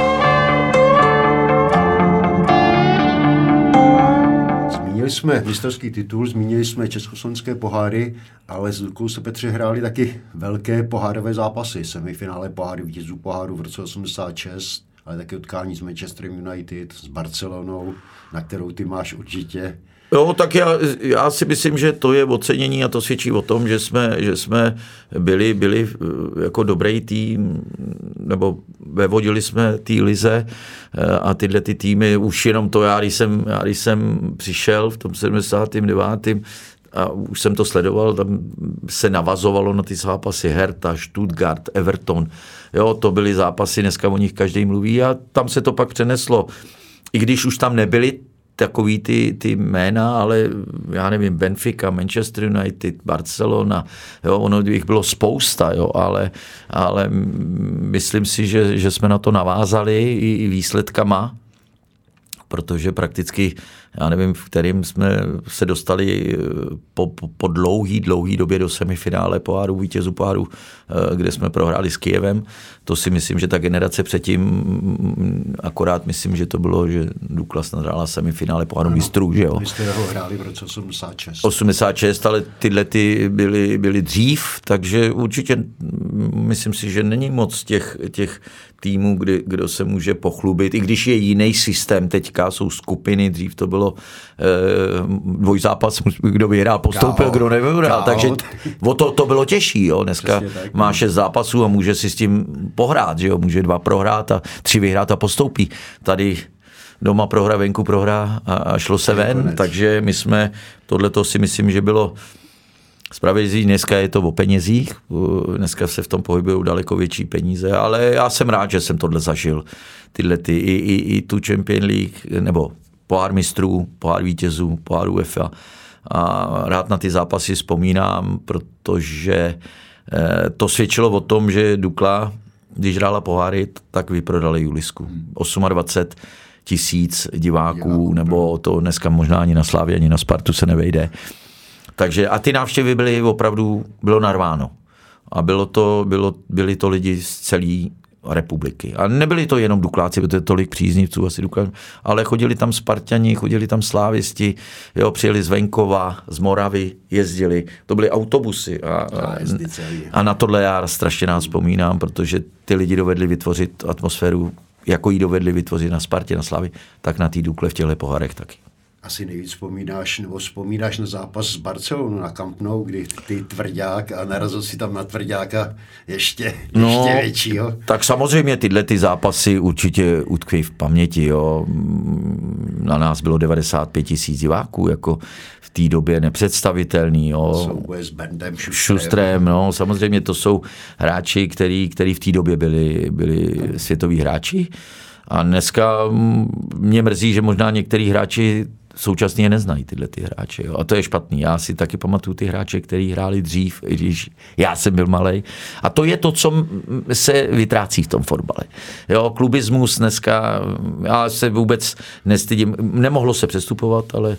Zmínili jsme mistrovský titul, zmínili jsme československé poháry, ale s Duklou se, Petře, hráli taky velké pohárové zápasy. Semifinále poháry, vítězů poháru v roce osmdesát šest, ale taky utkání s Manchesterem United, s Barcelonou, na kterou ty máš určitě. Jo, tak já, já si myslím, že to je ocenění a to svědčí o tom, že jsme, že jsme byli, byli jako dobrý tým, nebo vevodili jsme té lize a tyhle ty týmy, už jenom to, já když jsem, já, když jsem přišel v tom sedmdesátém devátém a už jsem to sledoval, tam se navazovalo na ty zápasy Hertha, Stuttgart, Everton, jo, to byly zápasy, dneska o nich každý mluví a tam se to pak přeneslo. I když už tam nebyli takový ty, ty jména, ale já nevím, Benfica, Manchester United, Barcelona, jo, ono jich bylo spousta, jo, ale, ale myslím si, že, že jsme na to navázali i výsledkama, protože prakticky, já nevím, v kterým jsme se dostali po, po, po dlouhý, dlouhý době do semifinále poháru, vítězů poháru, kde jsme prohráli s Kyjevem. To si myslím, že ta generace předtím, akorát myslím, že to bylo, že Dukla snad hrála semifinále poháru mistrů, že jo. Vy jste ho hráli v roce osmdesát šest. osmdesát šest, ale tyhle ty byly, byly dřív, takže určitě myslím si, že není moc těch, těch týmů, kdy, kdo se může pochlubit, i když je jiný systém teďka, jsou skupiny, dřív to bylo eh, dvojzápas, kdo vyhrál, postoupil, Káho. Kdo nevyhrál, takže o to, to bylo těžší, jo. Dneska má šest zápasů a může si s tím pohrát, že jo, může dva prohrát a tři vyhrát a postoupí. Tady doma prohra, venku prohra a, a šlo se ven, konec. Takže my jsme, tohleto si myslím, že bylo spravedlivý, dneska je to o penězích, dneska se v tom pohybují daleko větší peníze, ale já jsem rád, že jsem tohle zažil. Tyhle ty, i, i, i tu Champions League, nebo pohár mistrů, pohár vítězů, pohár UEFA. A rád na ty zápasy vzpomínám, protože to svědčilo o tom, že Dukla, když hrála poháry, tak vyprodali Julisku. dvacet osm tisíc diváků, diváků, nebo to dneska možná ani na Slávě, ani na Spartu se nevejde. Takže a ty návštěvy byly opravdu, bylo narváno. A bylo to, bylo, byli to lidi z celé republiky. A nebyli to jenom Dukláci, protože tolik příznivců asi Dukla, ale chodili tam Sparťani, chodili tam slávisti, jo, přijeli z venkova, z Moravy, jezdili. To byly autobusy. A, a, a na tohle já strašně nás vzpomínám, protože ty lidi dovedli vytvořit atmosféru, jako ji dovedli vytvořit na Spartě, na Slavii, tak na té Dukle v těchto pohárech taky. Asi nejvíc vzpomínáš, nebo vzpomínáš na zápas s Barcelonou na Camp Nou, kdy ty tvrdák a narazil si tam na tvrdáka ještě, ještě no, většího. Tak samozřejmě tyhle ty zápasy určitě utkví v paměti. Jo. Na nás bylo devadesát pět tisíc diváků, jako v té době nepředstavitelný. Jo. Souboje s Bendem, Šustrem. Šustrem, no, samozřejmě to jsou hráči, který, který v té době byli, byli světoví hráči. A dneska mě mrzí, že možná některý hráči současně neznají tyhle ty hráče. Jo. A to je špatný. Já si taky pamatuju ty hráče, kteří hráli dřív, i když já jsem byl malej. A to je to, co se vytrácí v tom fotbale. Jo, klubismus dneska, já se vůbec nestydím, nemohlo se přestupovat, ale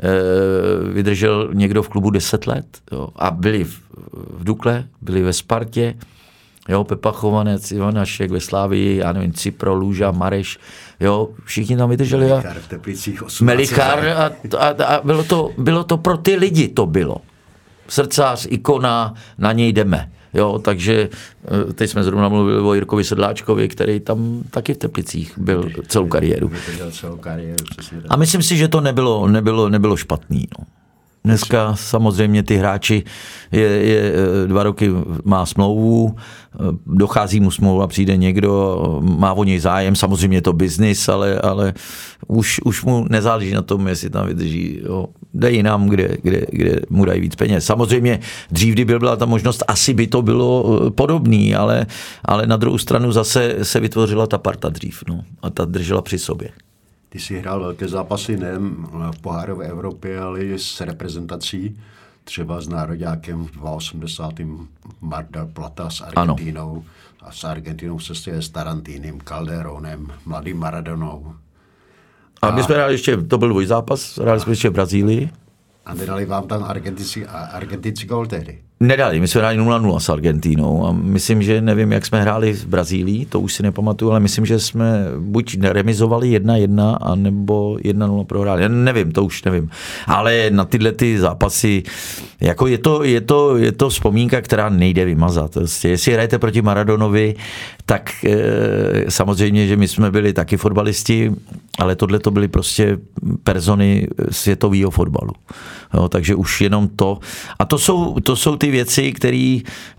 e, vydržel někdo v klubu deset let. Jo. A byli v, v Dukle, byli ve Spartě, jo, Pepa Chovanec, Ivanašek ve Slávii, já nevím, Cipro, Lůža, Mareš, jo, všichni tam vydrželi. Melichar v Teplicích osmnáct. Melichar a, a, a bylo, to, bylo to pro ty lidi, to bylo. Srdcař, ikona, na něj jdeme. Jo, takže teď jsme zrovna mluvili o Jirkovi Sedláčkovi, který tam taky v Teplicích byl celou kariéru. Celou kariéru a myslím si, že to nebylo, nebylo, nebylo špatný, no. Dneska samozřejmě ty hráči je, je, dva roky má smlouvu, dochází mu smlouva, přijde někdo, má o něj zájem, samozřejmě je to biznis, ale, ale už, už mu nezáleží na tom, jestli tam vydrží. Jo. Jde jinam, kde, kde, kde mu dají víc peněz. Samozřejmě dřív, kdy byla ta možnost, asi by to bylo podobný, ale, ale na druhou stranu zase se vytvořila ta parta dřív, no, a ta držela při sobě. Ty jsi hrál velké zápasy nejen v pohárové Evropě, ale i s reprezentací, třeba s nároďákem v osmdesátém Mar Plata s Argentínou. Ano. A s Argentinou se stěje s Tarantínem, Calderonem, mladým Maradonou. A, a my jsme hráli ještě, to byl dvojzápas, hráli jsme ještě v Brazílii. A nedali vám tam Argentinci, Argentinci gól tehdy? Nedali, my jsme hráli nula nula s Argentínou a myslím, že nevím, jak jsme hráli v Brazílii, to už si nepamatuju, ale myslím, že jsme buď neremizovali jedna jedna, anebo jedna nula prohráli. Já nevím, to už nevím. Ale na tyhle ty zápasy, jako je to, je to, je to vzpomínka, která nejde vymazat. Jestli hrajete proti Maradonovi, tak e, samozřejmě, že my jsme byli taky fotbalisti, ale tohle to byly prostě persony světového fotbalu. Jo, takže už jenom to. A to jsou, to jsou ty věci, které,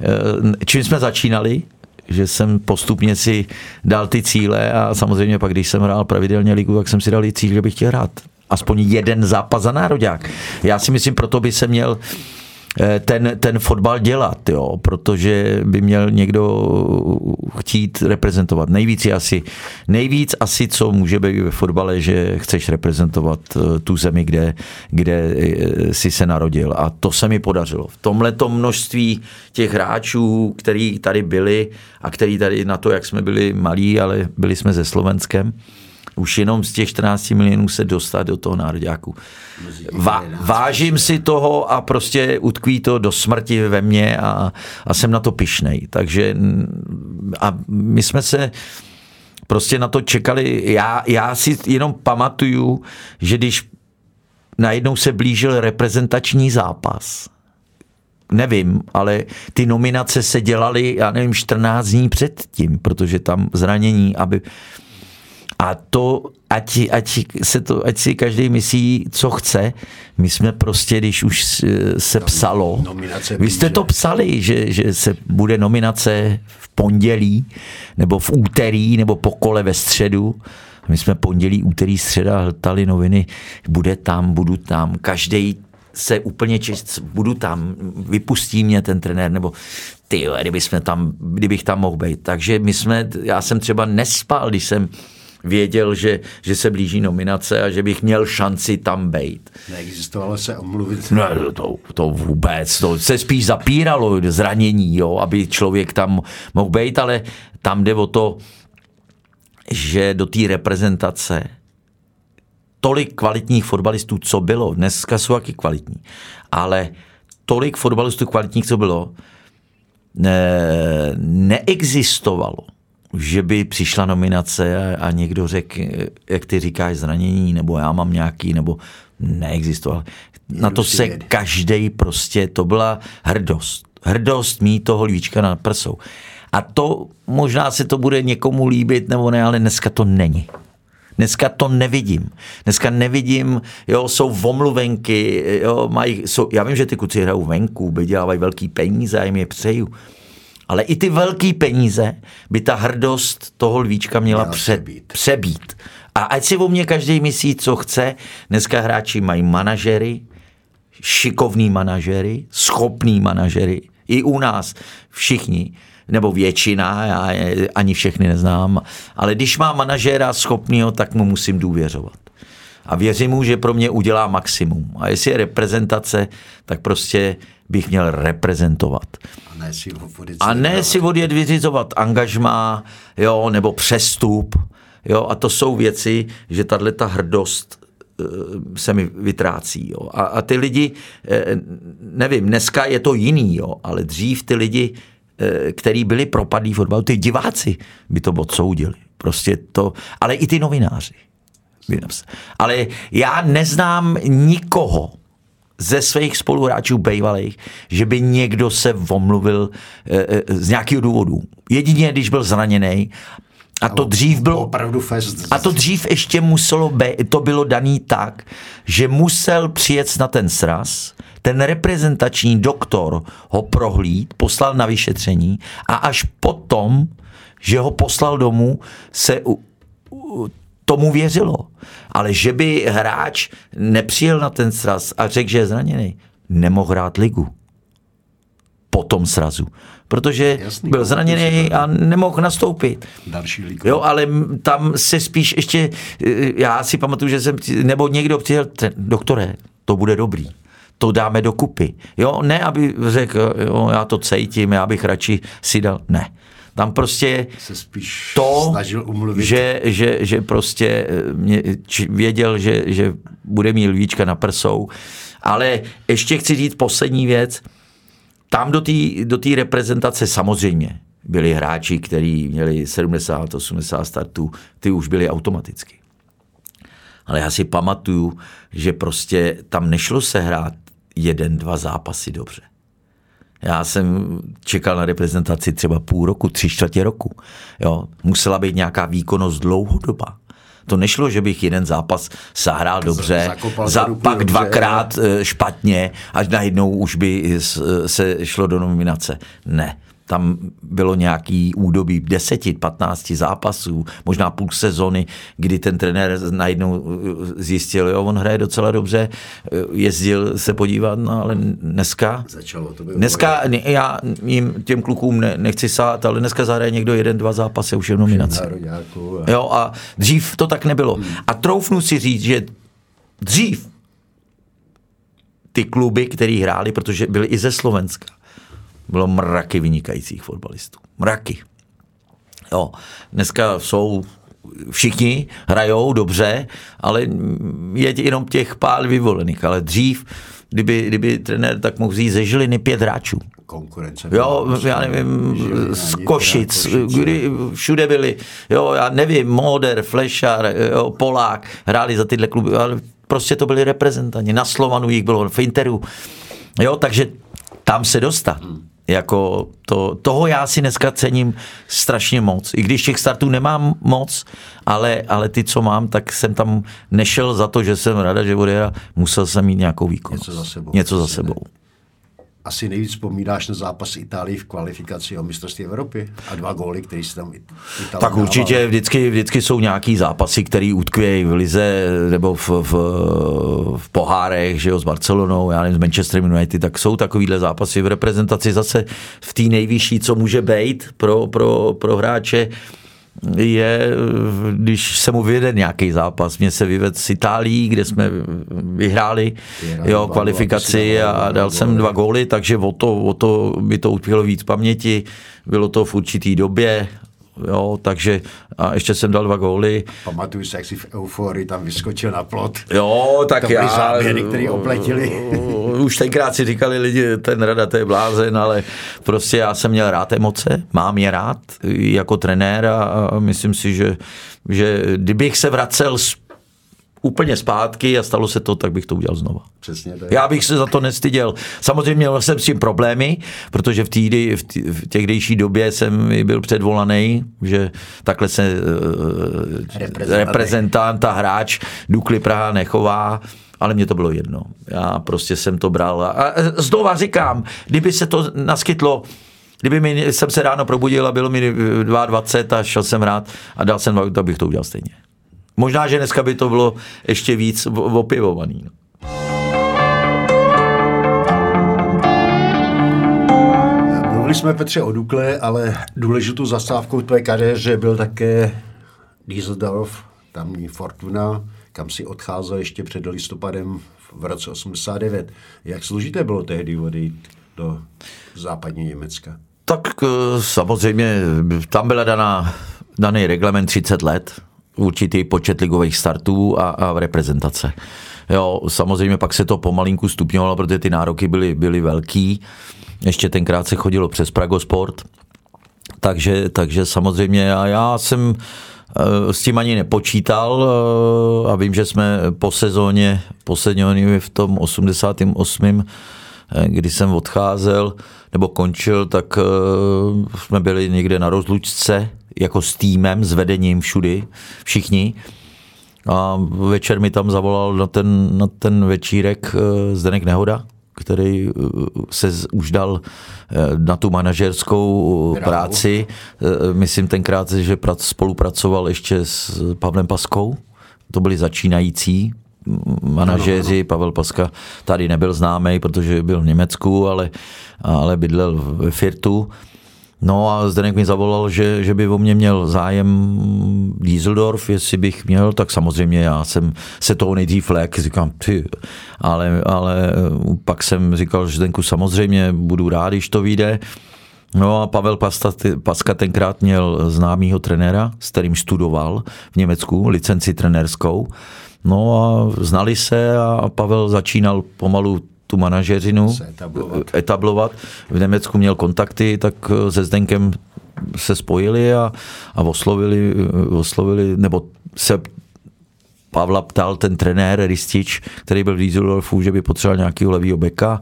čím jsme začínali, že jsem postupně si dal ty cíle a samozřejmě pak, když jsem hrál pravidelně ligu, tak jsem si dal i cíl, že bych chtěl hrát aspoň jeden zápas za nároďák. Já si myslím, proto by se měl ten, ten fotbal dělat, jo, protože by měl někdo chtít reprezentovat. Nejvíc asi, nejvíc asi, co může být ve fotbale, že chceš reprezentovat tu zemi, kde, kde jsi se narodil. A to se mi podařilo. V tomhletom množství těch hráčů, který tady byli a který tady na to, jak jsme byli malí, ale byli jsme se Slovenskem, už jenom z těch čtrnáct milionů se dostat do toho nároďáku. Va, vážím si toho a prostě utkví to do smrti ve mně a, a jsem na to pyšnej. Takže a my jsme se prostě na to čekali. Já, já si jenom pamatuju, že když najednou se blížil reprezentační zápas, nevím, ale ty nominace se dělaly, já nevím, čtrnáct dní předtím, protože tam zranění, aby... A to, ať, ať, se to, ať si každý myslí, co chce. My jsme prostě, když už se psalo, vy jste to psali, že, že se bude nominace v pondělí, nebo v úterý, nebo po kole ve středu. My jsme pondělí, úterý, středa hltali noviny, bude tam, budu tam, každý se úplně čist, budu tam, vypustí mě ten trenér, nebo ty, kdyby jsme tam, kdybych tam mohl být. Takže my jsme, já jsem třeba nespal, když jsem věděl, že, že se blíží nominace a že bych měl šanci tam bejt. Neexistovalo se omluvit? No, to, to vůbec, to se spíš zapíralo zranění, jo, aby člověk tam mohl bejt, ale tam jde o to, že do té reprezentace tolik kvalitních fotbalistů, co bylo, dneska jsou taky kvalitní, ale tolik fotbalistů kvalitních, co bylo, ne, neexistovalo, že by přišla nominace a, a někdo řekl, jak ty říkáš, zranění, nebo já mám nějaký, nebo neexistoval. Na to se každej prostě, to byla hrdost. Hrdost mít toho lvíčka na prsou. A to možná se to bude někomu líbit, nebo ne, ale dneska to není. Dneska to nevidím. Dneska nevidím, jo, jsou omluvenky, jo, mají, jsou, já vím, že ty kluci hrajou venku, vydělávají velký peníze, já jim je přeju. Ale i ty velký peníze by ta hrdost toho lvíčka měla před, přebít. A ať si o mě každý myslí, co chce. Dneska hráči mají manažery, šikovný manažery, schopný manažery. I u nás všichni, nebo většina, já ani všechny neznám, ale když má manažéra schopnýho, tak mu musím důvěřovat. A věřím mu, že pro mě udělá maximum. A jestli je reprezentace, tak prostě bych měl reprezentovat. A ne si, a ne si odjet vyřizovat angažmá, jo, nebo přestup. Jo, a to jsou věci, že tato hrdost se mi vytrácí. Jo. A, a ty lidi, nevím, dneska je to jiný, jo, ale dřív ty lidi, který byli propadlí fotbalu, ty diváci by to odsoudili. Prostě to, ale i ty novináři. Ale já neznám nikoho ze svých spoluhráčů bejvalých, že by někdo se omluvil z nějakého důvodu. Jedině, když byl zraněný. A to dřív bylo opravdu fest. A to dřív ještě muselo být, to bylo daný tak, že musel přijet na ten sraz, ten reprezentační doktor ho prohlíd, poslal na vyšetření a až potom, že ho poslal domů, se u, u, tomu věřilo. Ale že by hráč nepřijel na ten sraz a řekl, že je zraněný, nemohl hrát ligu po tom srazu. Protože Jasný, byl zraněný a nemohl nastoupit. Další ligu. Jo, ale tam se spíš ještě, já si pamatuju, že jsem, nebo někdo přijel, doktore, to bude dobrý. To dáme dokupy. Jo, ne, aby řekl, jo, já to cítím, já bych radši si dal, ne. Tam prostě se spíš to, snažil umluvit. Že, že, že prostě mě, věděl, že, že bude mít lvíčka na prsou. Ale ještě chci říct poslední věc. Tam do té do té reprezentace samozřejmě byli hráči, kteří měli sedmdesát osmdesát startů, ty už byli automaticky. Ale já si pamatuju, že prostě tam nešlo se hrát jeden, dva zápasy dobře. Já jsem čekal na reprezentaci třeba půl roku, tři čtvrtě roku. Jo, musela být nějaká výkonnost dlouhodoba. To nešlo, že bych jeden zápas zahrál dobře, za, pak dobře, dvakrát je. špatně, až najednou už by se šlo do nominace. Ne. Tam bylo nějaký údobí deseti, patnácti zápasů, možná půl sezony, kdy ten trenér najednou zjistil, jo, on hraje docela dobře, jezdil se podívat, no ale dneska, Začalo to dneska já jim, těm klukům ne, nechci sát, ale dneska zahraje někdo jeden, dva zápasy, už je v nominaci. Jo, a dřív to tak nebylo. A troufnu si říct, že dřív ty kluby, který hráli, protože byly i ze Slovenska, bylo mraky vynikajících fotbalistů. Mraky. Jo. Dneska jsou všichni, hrajou dobře, ale je jenom těch pár vyvolených. Ale dřív, kdyby, kdyby trenér tak mohl vzít ze Žiliny pět hráčů. Konkurence. Jo, já nevím, Žilina, z Košic, kdy všude byli, jo, já nevím, Moder, Flešar, jo, Polák, hráli za tyhle kluby, ale prostě to byli reprezentanti. Na Slovanu jich bylo, v Interu. Jo, takže tam se dostat. Hmm. Jako to, toho já si dneska cením strašně moc. I když těch startů nemám moc, ale, ale ty, co mám, tak jsem tam nešel za to, že jsem rada, že odjela, musel jsem mít nějakou výkonnost. Něco za sebou. Něco za sebou. Asi nejvíc vzpomínáš na zápas Itálii v kvalifikaci o mistrovství Evropy a dva góly, který si tam Italii Tak určitě vždycky, vždycky jsou nějaký zápasy, který utkvějí v lize nebo v, v, v pohárech, že jo, s Barcelonou, já nevím, s Manchesterem United, tak jsou takovýhle zápasy v reprezentaci zase v té nejvyšší, co může být pro, pro, pro hráče, je, když se mu vyjede nějaký zápas. Mně se vyvedl s Itálií, kde jsme vyhráli jo, kvalifikaci a dal jsem dva góly, takže o to, o to by to utkvělo víc paměti. Bylo to v určitý době, jo, takže a ještě jsem dal dva góly. Pamatuju se, jak si v euforii tam vyskočil na plot. Jo, tak to já... záběry, který opletili. Už tenkrát si říkali lidi, ten Rada, to je blázen, ale prostě já jsem měl rád emoce, mám je rád jako trenér a myslím si, že, že kdybych se vracel úplně zpátky a stalo se to, tak bych to udělal znova. Přesně tak. Já bych se za to nestyděl. Samozřejmě měl jsem s tím problémy, protože v, týdy, v, tý, v těhdejší době jsem byl předvolaný, že takhle se reprezentant, reprezentant a hráč Dukly Praha nechová, ale mně to bylo jedno. Já prostě jsem to bral. A znova říkám, kdyby se to naskytlo, kdyby mi, jsem se ráno probudil a bylo mi dvacet dva a šel jsem rád a dal jsem, tak bych to udělal stejně. Možná, že dneska by to bylo ještě víc opěvovaný. Mluvili jsme, Petře, o Dukle, ale důležitou zastávkou tvé kariéře byl také Düsseldorf, tamní Fortuna, kam si odcházel ještě před listopadem v roce osmdesát devět. Jak složité bylo tehdy odejít do západní Německa? Tak samozřejmě tam byla daná, daný reglement třicet let, určitý počet ligových startů a, a reprezentace. Jo, samozřejmě pak se to pomalinku stupňovalo, protože ty nároky byly, byly velký. Ještě tenkrát se chodilo přes Pragosport. Takže, takže samozřejmě a já jsem s tím ani nepočítal a vím, že jsme po sezóně, po sezóně v tom osmdesátém osmém kdy jsem odcházel nebo končil, tak jsme byli někde na rozlučce jako s týmem, s vedením všudy, všichni. A večer mi tam zavolal na ten, na ten večírek Zdeněk Nehoda, který se už dal na tu manažerskou práci. Myslím tenkrát, že spolupracoval ještě s Pavlem Paskou. To byli začínající manažéři. Pavel Paska tady nebyl známý, protože byl v Německu, ale, ale bydlel ve Firtu. No a Zdeněk mi zavolal, že, že by o mě měl zájem Düsseldorf, jestli bych měl, tak samozřejmě já jsem se toho nejdřív lék, říkám, ty, ale, ale pak jsem říkal, že Zdenku samozřejmě budu rád, když to vyjde. No a Pavel Pasta, Paska tenkrát měl známýho trenéra, s kterým studoval v Německu, licenci trenérskou. No a znali se a Pavel začínal pomalu tu manažeřinu etablovat. etablovat. V Německu měl kontakty, tak se Zdenkem se spojili a, a oslovili, oslovili, nebo se Pavla ptal ten trenér Ristič, který byl v Düsseldorfu, že by potřeboval nějakého levýho beka.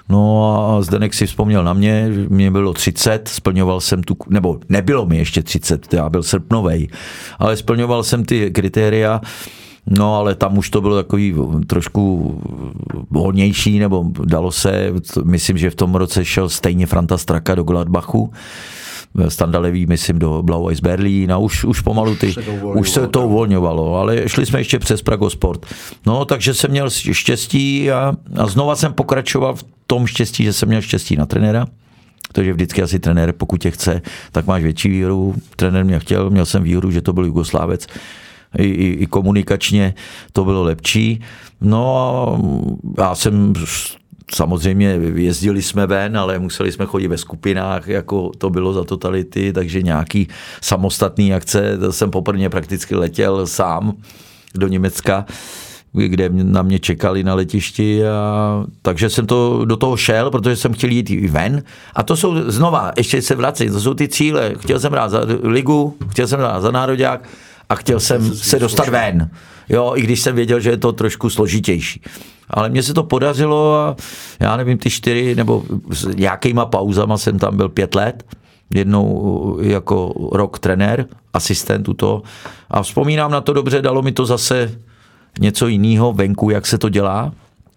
No a Zdeněk si vzpomněl na mě, mě bylo třicet, splňoval jsem tu, nebo nebylo mi ještě třicet, já byl srpnovej, ale splňoval jsem ty kritéria. No, ale tam už to bylo takový trošku volnější, nebo dalo se, myslím, že v tom roce šel stejně Franta Straka do Gladbachu, Standa Levý, myslím, do Blau-Weiß Berlín a už, už pomalu ty, se už se to uvolňovalo, ale šli jsme ještě přes Pragosport. No, takže jsem měl štěstí a, a znova jsem pokračoval v tom štěstí, že jsem měl štěstí na trenéra, protože vždycky asi trenér, pokud tě chce, tak máš větší výhodu. Trenér mě chtěl, měl jsem výhodu, že to byl Jugoslávec, I, i, i komunikačně to bylo lepší. No a já jsem, samozřejmě jezdili jsme ven, ale museli jsme chodit ve skupinách, jako to bylo za totality, takže nějaký samostatný akce, to jsem poprvé prakticky letěl sám do Německa, kde na mě čekali na letišti, a takže jsem to do toho šel, protože jsem chtěl jít i ven. A to jsou znova, ještě se vracím, to jsou ty cíle. Chtěl jsem hrát za ligu, chtěl jsem hrát za nároďák, a chtěl jsem se dostat ven. Jo, i když jsem věděl, že je to trošku složitější. Ale mně se to podařilo a já nevím, ty čtyři, nebo s nějakýma pauzama jsem tam byl pět let. Jednou jako rok trenér, asistent u toho. A vzpomínám na to dobře, dalo mi to zase něco jiného venku, jak se to dělá.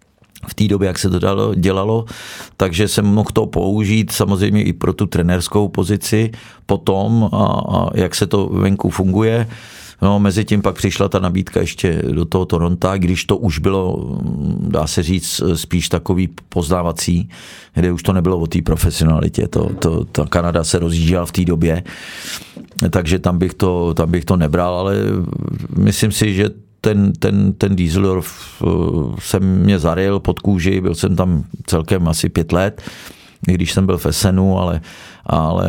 V té době, jak se to dalo, dělalo, takže jsem mohl to použít samozřejmě i pro tu trenérskou pozici potom a, a jak se to venku funguje. No, mezi tím pak přišla ta nabídka ještě do toho Toronta, když to už bylo, dá se říct, spíš takový poznávací, kde už to nebylo o té profesionalitě. To, to, ta Kanada se rozjížděla v té době, takže tam bych, to, tam bych to nebral, ale myslím si, že ten, ten, ten Düsseldorf jsem mě zaryl pod kůži, byl jsem tam celkem asi pět let, i když jsem byl v Essenu, ale, ale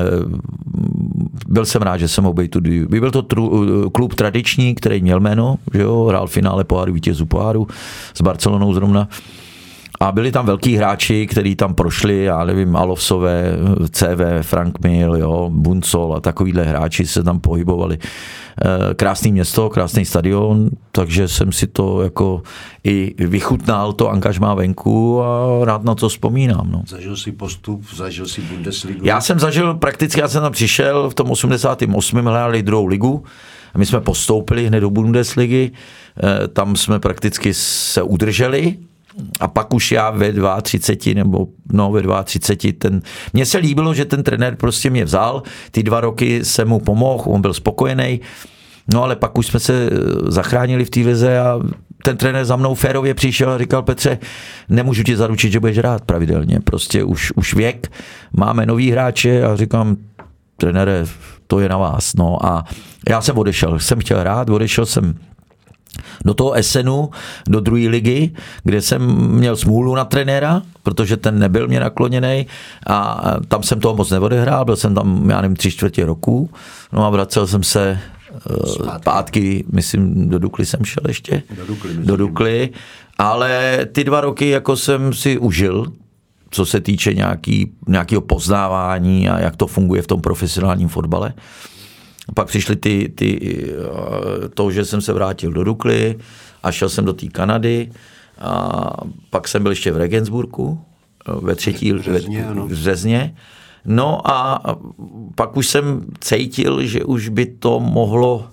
byl jsem rád, že jsem mohl být tu. Byl to tru, klub tradiční, který měl jméno, že jo, hrál v finále poháru, vítězů poháru s Barcelonou zrovna. A byli tam velký hráči, kteří tam prošli, já nevím, Alovsové, C V, Frank Mill, jo, Buncol a takovýhle hráči se tam pohybovali. Krásný město, krásný stadion, takže jsem si to jako i vychutnal, to angažmá venku a rád na to vzpomínám. No. Zažil jsi postup, zažil jsi Bundesligu? Já jsem zažil, prakticky já jsem tam přišel v tom osmdesátém osmém hráli druhou ligu a my jsme postoupili hned do Bundesligy, tam jsme prakticky se udrželi. A pak už já ve třiceti dva nebo no ve třiceti dva ten, mně se líbilo, že ten trenér prostě mě vzal, ty dva roky jsem mu pomohl, on byl spokojený, no ale pak už jsme se zachránili v té lize a ten trenér za mnou férově přišel a říkal: Petře, nemůžu ti zaručit, že budeš hrát pravidelně, prostě už, už věk, máme nový hráče a říkám: trenére, to je na vás. No a já jsem odešel, jsem chtěl hrát, odešel jsem do toho Essenu, do druhé ligy, kde jsem měl smůlu na trenéra, protože ten nebyl mě nakloněný a tam jsem toho moc neodehrál, byl jsem tam, já nevím, tři čtvrtě roku, no a vracel jsem se zpátky, myslím, do Dukly jsem šel ještě, do Dukly, do Dukly, ale ty dva roky jako jsem si užil, co se týče nějaký, nějakého poznávání a jak to funguje v tom profesionálním fotbale. Pak přišly ty, ty, to, že jsem se vrátil do Dukly a šel jsem do té Kanady a pak jsem byl ještě v Regensburgu ve třetí v Řezně, v Řezně. No a pak už jsem cítil, že už by to mohlo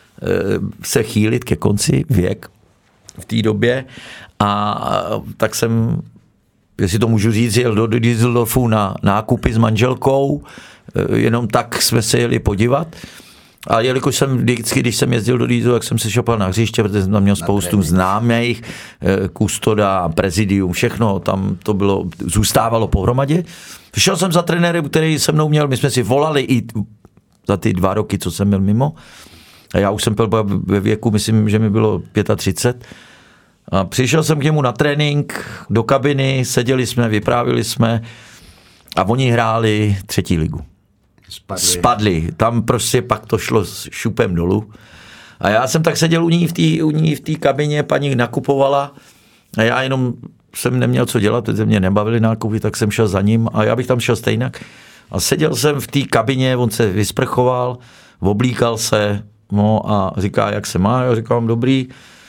se chýlit ke konci věk v té době a tak jsem, jestli to můžu říct, jel do Düsseldorfu na nákupy s manželkou, jenom tak jsme se jeli podívat. A jelikož jsem vždycky, když jsem jezdil do Düsseldorfu, tak jsem se šopal na hřiště, protože jsem tam měl spoustu známých, kustoda, prezidium, všechno, tam to bylo, zůstávalo pohromadě. Šel jsem za trenérem, který se mnou měl, my jsme si volali i za ty dva roky, co jsem byl mimo. A já už jsem byl ve věku, myslím, že mi bylo třicet pět. A přišel jsem k němu na trénink, do kabiny, seděli jsme, vyprávili jsme a oni hráli třetí ligu. Spadli. Spadli. Tam prostě pak to šlo s šupem dolů. A já jsem tak seděl u ní v té u ní v té kabině, paní nakupovala a já jenom jsem neměl co dělat, protože mě nebavili nákupy, tak jsem šel za ním a já bych tam šel stejnak. A seděl jsem v té kabině, on se vysprchoval, oblíkal se, no a říká, jak se má, já říkám, dobrý.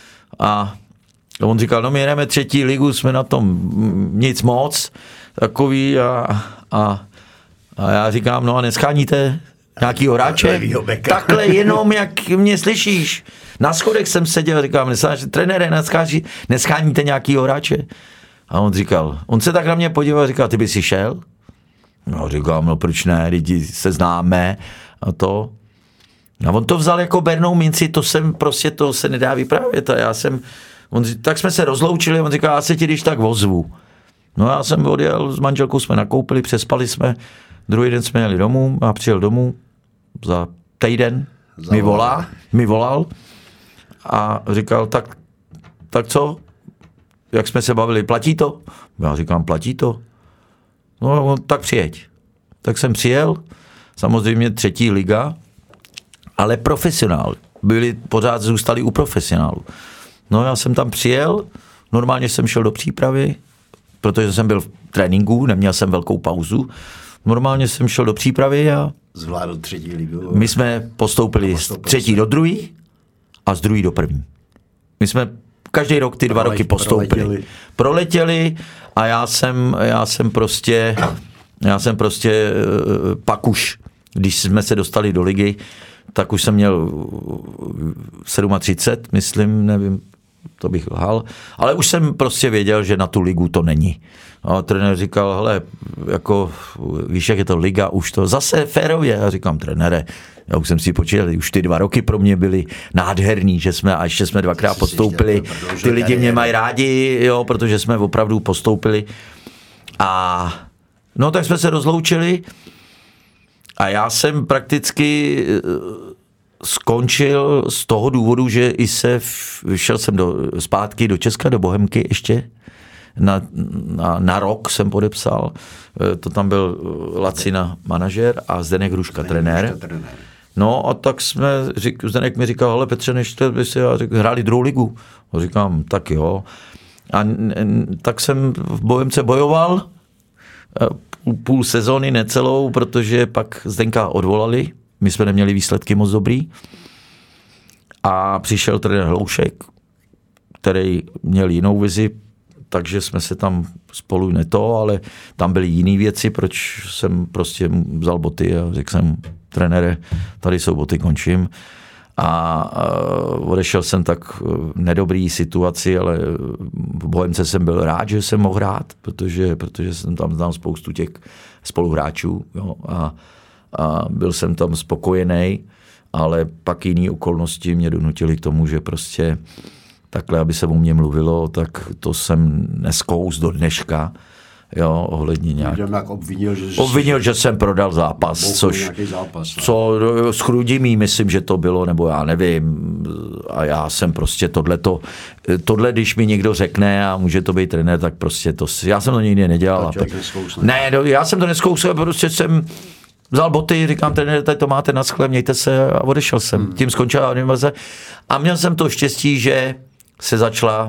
A on říkal, no my jdeme třetí ligu, jsme na tom nic moc, takový a, a, a já říkám, no a nescháníte nějaký hráče? Takhle jenom, jak mě slyšíš. Na schodech jsem seděl, říkám, trenére, nescháníte nějaký hráče? A on říkal, on se tak na mě podíval, říkal, ty by si šel? No říkám, no proč ne, lidi se známe a to. A on to vzal jako bernou minci, to jsem prostě, to se nedá vyprávět a já jsem, on, tak jsme se rozloučili, on říkal, já se ti když tak ozvu. No já jsem odjel, s manželkou jsme nakoupili, přespali jsme, druhý den jsme jeli domů, a přijel domů, za týden mi volá, mi volal a říkal, tak, tak co, jak jsme se bavili, platí to? Já říkám, platí to? No tak přijeď. Tak jsem přijel, samozřejmě třetí liga, ale profesionál. Byli, pořád zůstali u profesionálu. No já jsem tam přijel, normálně jsem šel do přípravy, protože jsem byl v tréninku, neměl jsem velkou pauzu. Normálně jsem šel do přípravy a zvládl třetí ligu. My jsme postoupili z třetí do druhý a z druhý do první. My jsme každý rok ty dva Prole, roky postoupili. Proletěli. proletěli a já jsem, já jsem prostě, já jsem prostě pak už, když jsme se dostali do ligy, tak už jsem měl třicet sedm, myslím, nevím, to bych lhal, ale už jsem prostě věděl, že na tu ligu to není. A trenér říkal, hele, jako, víš, jak je to liga, už to zase férově. Já říkám, trenére, já už jsem si počítal, už ty dva roky pro mě byly nádherný, že jsme, a ještě jsme dvakrát postoupili. Ty lidi mě mají rádi, jo, protože jsme opravdu postoupili. A no, tak jsme se rozloučili a já jsem prakticky skončil z toho důvodu, že i se šel jsem do, zpátky do Česka, do Bohemky ještě. Na, na, na rok jsem podepsal. To tam byl Lacina manažer a Zdeněk Hruška trenér. No a tak jsme, řík, Zdeněk mi říkal, hele Petře, než to by si hráli druhou ligu. A říkám, tak jo. A n, tak jsem v Bohemce bojoval půl sezóny, necelou, protože pak Zdenka odvolali. My jsme neměli výsledky moc dobrý. A přišel trenér Hloušek, který měl jinou vizi, takže jsme se tam spolu neto, ale tam byly jiné věci, proč jsem prostě vzal boty a řekl jsem, trenére, tady jsou boty, končím. A odešel jsem tak v nedobrý situaci, ale v Bohemce jsem byl rád, že jsem mohl hrát, protože, protože jsem tam znal spoustu těch spoluhráčů, jo, a, a byl jsem tam spokojený, ale pak jiné okolnosti mě donutily k tomu, že prostě takhle, aby se o mě mluvilo, tak to jsem neskous do dneška, jo, ohledně nějak. Obvinil, že, obvinil, že jsem prodal zápas, což zápas, co s Chrudimí, myslím, že to bylo, nebo já nevím, a já jsem prostě tohleto, tohle, když mi někdo řekne a může to být trenér, tak prostě to, já jsem to nikdy nedělal. Ne, no, já jsem to neskousil, prostě jsem vzal boty, říkám, trenér, tady to máte na skle, mějte se a odešel jsem. Hmm. Tím skončila animace a měl jsem to štěstí, že se začala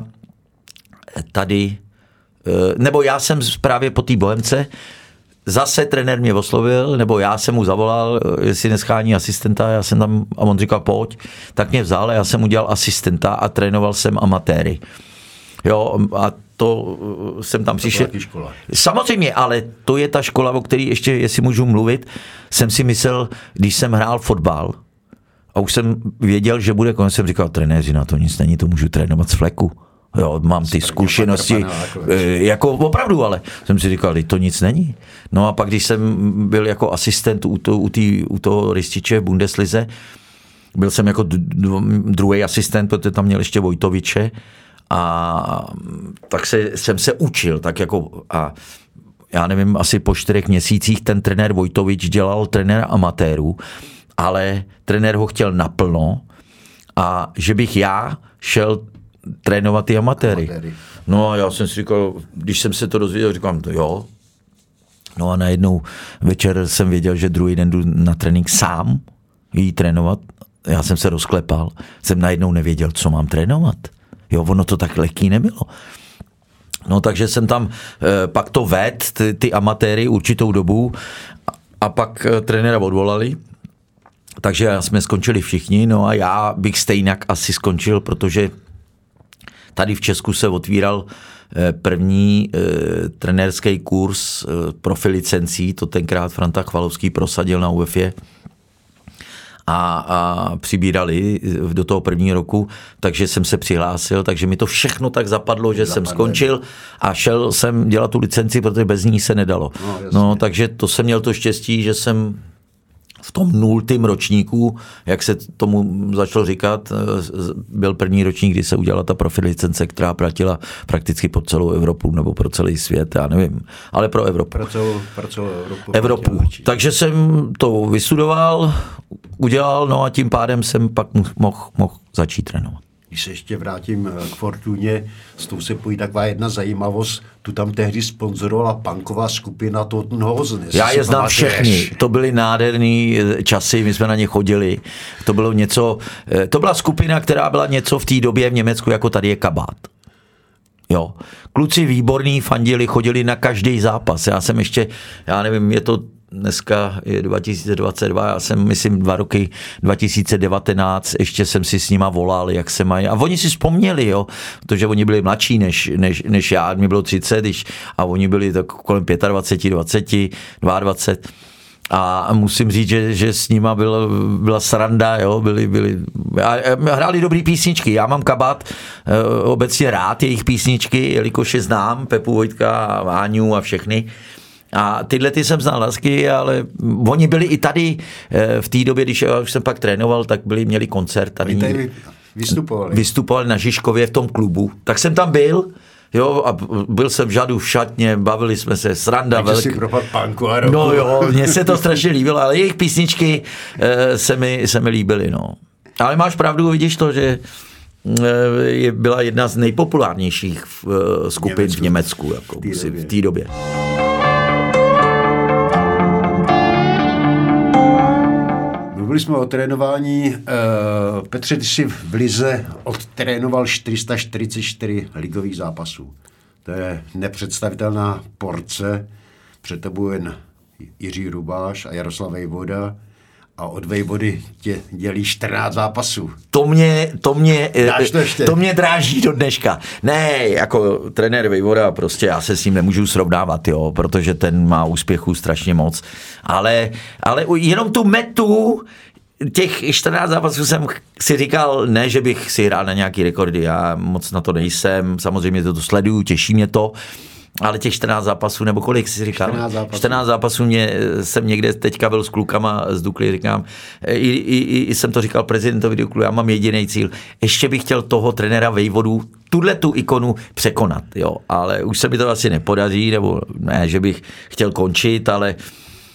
tady, nebo já jsem právě po té Bohemce, zase trenér mě oslovil, nebo já jsem mu zavolal, jestli neschání asistenta, já jsem tam, a on říkal, pojď, tak mě vzal a já jsem udělal asistenta a trénoval jsem amatéry. Jo, a to jsem tam přišel. Samozřejmě, ale to je ta škola, o které ještě, jestli můžu mluvit, jsem si myslel, když jsem hrál fotbal a už jsem věděl, že bude konec, jsem říkal, trenéři, na to nic není, to můžu trénovat z fleku. Jo, mám ty zkušenosti, jako opravdu, ale jsem si říkal, to nic není. No a pak, když jsem byl jako asistent u, to, u, tý, u toho Rističe v Bundeslize, byl jsem jako druhý asistent, protože tam měl ještě Vojtoviče, a tak se, jsem se učil, tak jako, a já nevím, asi po čtyřech měsících ten trenér Vojtovič dělal trenér amatérů, ale trenér ho chtěl naplno a že bych já šel trénovat ty amatéry. amatéry. No a já jsem si říkal, když jsem se to dozvěděl, říkám, to jo. No a najednou večer jsem věděl, že druhý den jdu na trénink sám jí trénovat. Já jsem se rozklepal. Jsem najednou nevěděl, co mám trénovat. Jo, ono to tak lehký nebylo. No takže jsem tam, eh, pak to ved, ty, ty amatéry určitou dobu a, a pak eh, trenéra odvolali. Takže jsme skončili všichni, no a já bych stejně asi skončil, protože tady v Česku se otvíral první e, trenérský kurz e, profilicencí, to tenkrát Franta Chvalovský prosadil na U E F A a, a přibírali do toho prvního roku, takže jsem se přihlásil, takže mi to všechno tak zapadlo, že Zapadlo. jsem skončil a šel jsem dělat tu licenci, protože bez ní se nedalo. No, no takže to jsem měl to štěstí, že jsem v tom nultým ročníku, jak se tomu začalo říkat, byl první ročník, kdy se udělala ta profilicence, která platila prakticky po celou Evropu nebo pro celý svět, já nevím, ale pro Evropu. Pro celou, pro celou Evropu. Evropu. Takže jsem to vystudoval, udělal, no a tím pádem jsem pak mohl mohl začít trénovat. Když se ještě vrátím k Fortuně, s tou se pojí taková jedna zajímavost, tu tam tehdy sponzorovala punková skupina Totenhosen. Já je znám všechny, to byly nádherný časy, my jsme na ně chodili, to bylo něco, to byla skupina, která byla něco v té době v Německu, jako tady je Kabát. Jo. Kluci výborní, fandili, chodili na každý zápas, já jsem ještě, já nevím, je to dneska je dva tisíce dvacet dva, já jsem, myslím, dva roky dva tisíce devatenáct, ještě jsem si s nima volal, jak se mají. A oni si vzpomněli, jo, protože oni byli mladší než, než, než já, mi bylo třicet, když, a oni byli tak kolem dvacet pět, dvacet, dvacet dva. A musím říct, že, že s nima byla, byla sranda, jo, byli, byli, a hráli dobrý písničky. Já mám Kabát e, obecně rád jejich písničky, jelikož je znám, Pepu Vojtka a Váňu a všechny. A tyhle ty jsem znal hezky, ale oni byli i tady v té době, když já už jsem pak trénoval, tak byli, měli koncert. Tady tady vystupovali. Vystupovali na Žižkově v tom klubu. Tak jsem tam byl, jo, a byl jsem vžadu v šatně, bavili jsme se, sranda. Takže si propad punku a roku. No jo, mně se to strašně líbilo, ale jejich písničky eh, se, mi, se mi líbily, no. Ale máš pravdu, vidíš to, že eh, byla jedna z nejpopulárnějších eh, skupin Německu. v Německu, jako v té době. Mluvili jsme o trénování. Petře, ty jsi v lize odtrénoval čtyři sta čtyřicet čtyři ligových zápasů. To je nepředstavitelná porce. Před tebou jen Jiří Rubáš a Jaroslav Vejvoda a od Vejvody tě dělí čtrnáct zápasů. To mě, to mě, to, to mě dráží do dneška. Ne, jako trenér Vejvoda, prostě já se s ním nemůžu srovnávat, jo, protože ten má úspěchů strašně moc. Ale, ale jenom tu metu těch čtrnáct zápasů jsem si říkal, ne, že bych si hrál na nějaký rekordy, já moc na to nejsem, samozřejmě to, to sleduju, těší mě to, ale těch čtrnáct zápasů, nebo kolik jsi říkal? čtrnáct zápasů. čtrnáct zápasů mě, jsem někde teďka byl s klukama z Dukly, říkám, i, i, i jsem to říkal prezidentovi Duklu, já mám jediný cíl, ještě bych chtěl toho trenéra Vejvodu, tuhle tu ikonu překonat, jo, ale už se mi to asi nepodaří, nebo ne, že bych chtěl končit, ale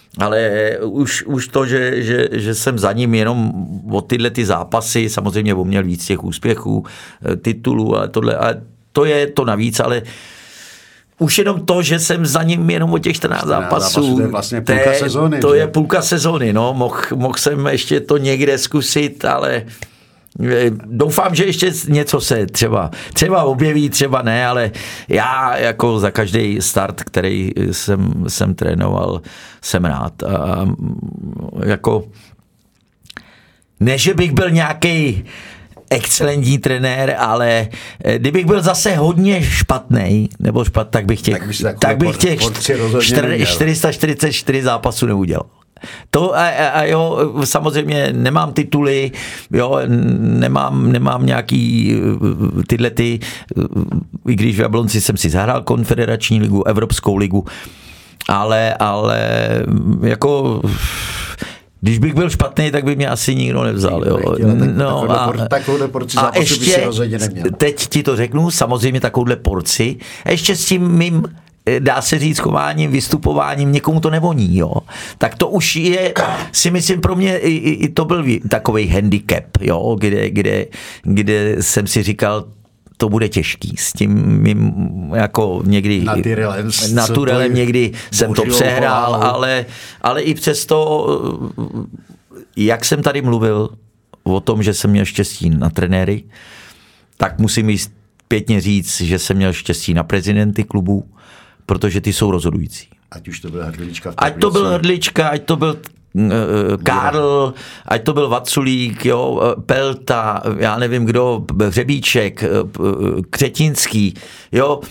ale už, už to, že, že, že jsem za ním jenom o tyhle ty zápasy, samozřejmě on měl víc těch úspěchů, titulů, ale tohle, ale to je to navíc, ale už jenom to, že jsem za ním jenom o těch čtrnáct zápasů, to je vlastně půlka sezóny. To že? je půlka sezóny, no, mohl mohl jsem ještě to někde zkusit, ale doufám, že ještě něco se třeba, třeba objeví, třeba ne, ale já jako za každý start, který jsem, jsem trénoval, jsem rád. A jako ne, že bych byl nějaký excelentní trenér, ale kdybych byl zase hodně špatnej, nebo špat, tak bych těch, tak, tak bych těch čtyři sta čtyřicet čtyři zápasů neudělal. To a, a jo, samozřejmě nemám tituly, jo, nemám, nemám nějaký tyhle ty, i když v Jablonci jsem si zahrál konfederační ligu, Evropskou ligu, ale, ale jako když bych byl špatný, tak by mě asi nikdo nevzal. Jo. No, a, takovouhle porci a ještě, teď ti to řeknu, samozřejmě takovouhle porci, a ještě s tím mým, dá se říct, chováním, vystupováním, někomu to nevoní, jo. Tak to už je, si myslím, pro mě i, i to byl takovej handicap, jo, kde, kde, kde jsem si říkal, to bude těžký. S tím mým jako někdy naturelem někdy jsem to přehrál, ale, ale i přesto, jak jsem tady mluvil o tom, že jsem měl štěstí na trenéry, tak musím jít zpětně říct, že jsem měl štěstí na prezidenty klubů, protože ty jsou rozhodující. Ať už to byl Hrdlička v Ať to byl Hrdlička, ať to byl Karl, ať to byl Vaculík, jo, Pelta, já nevím kdo, Hřebíček, Křetínský, jo,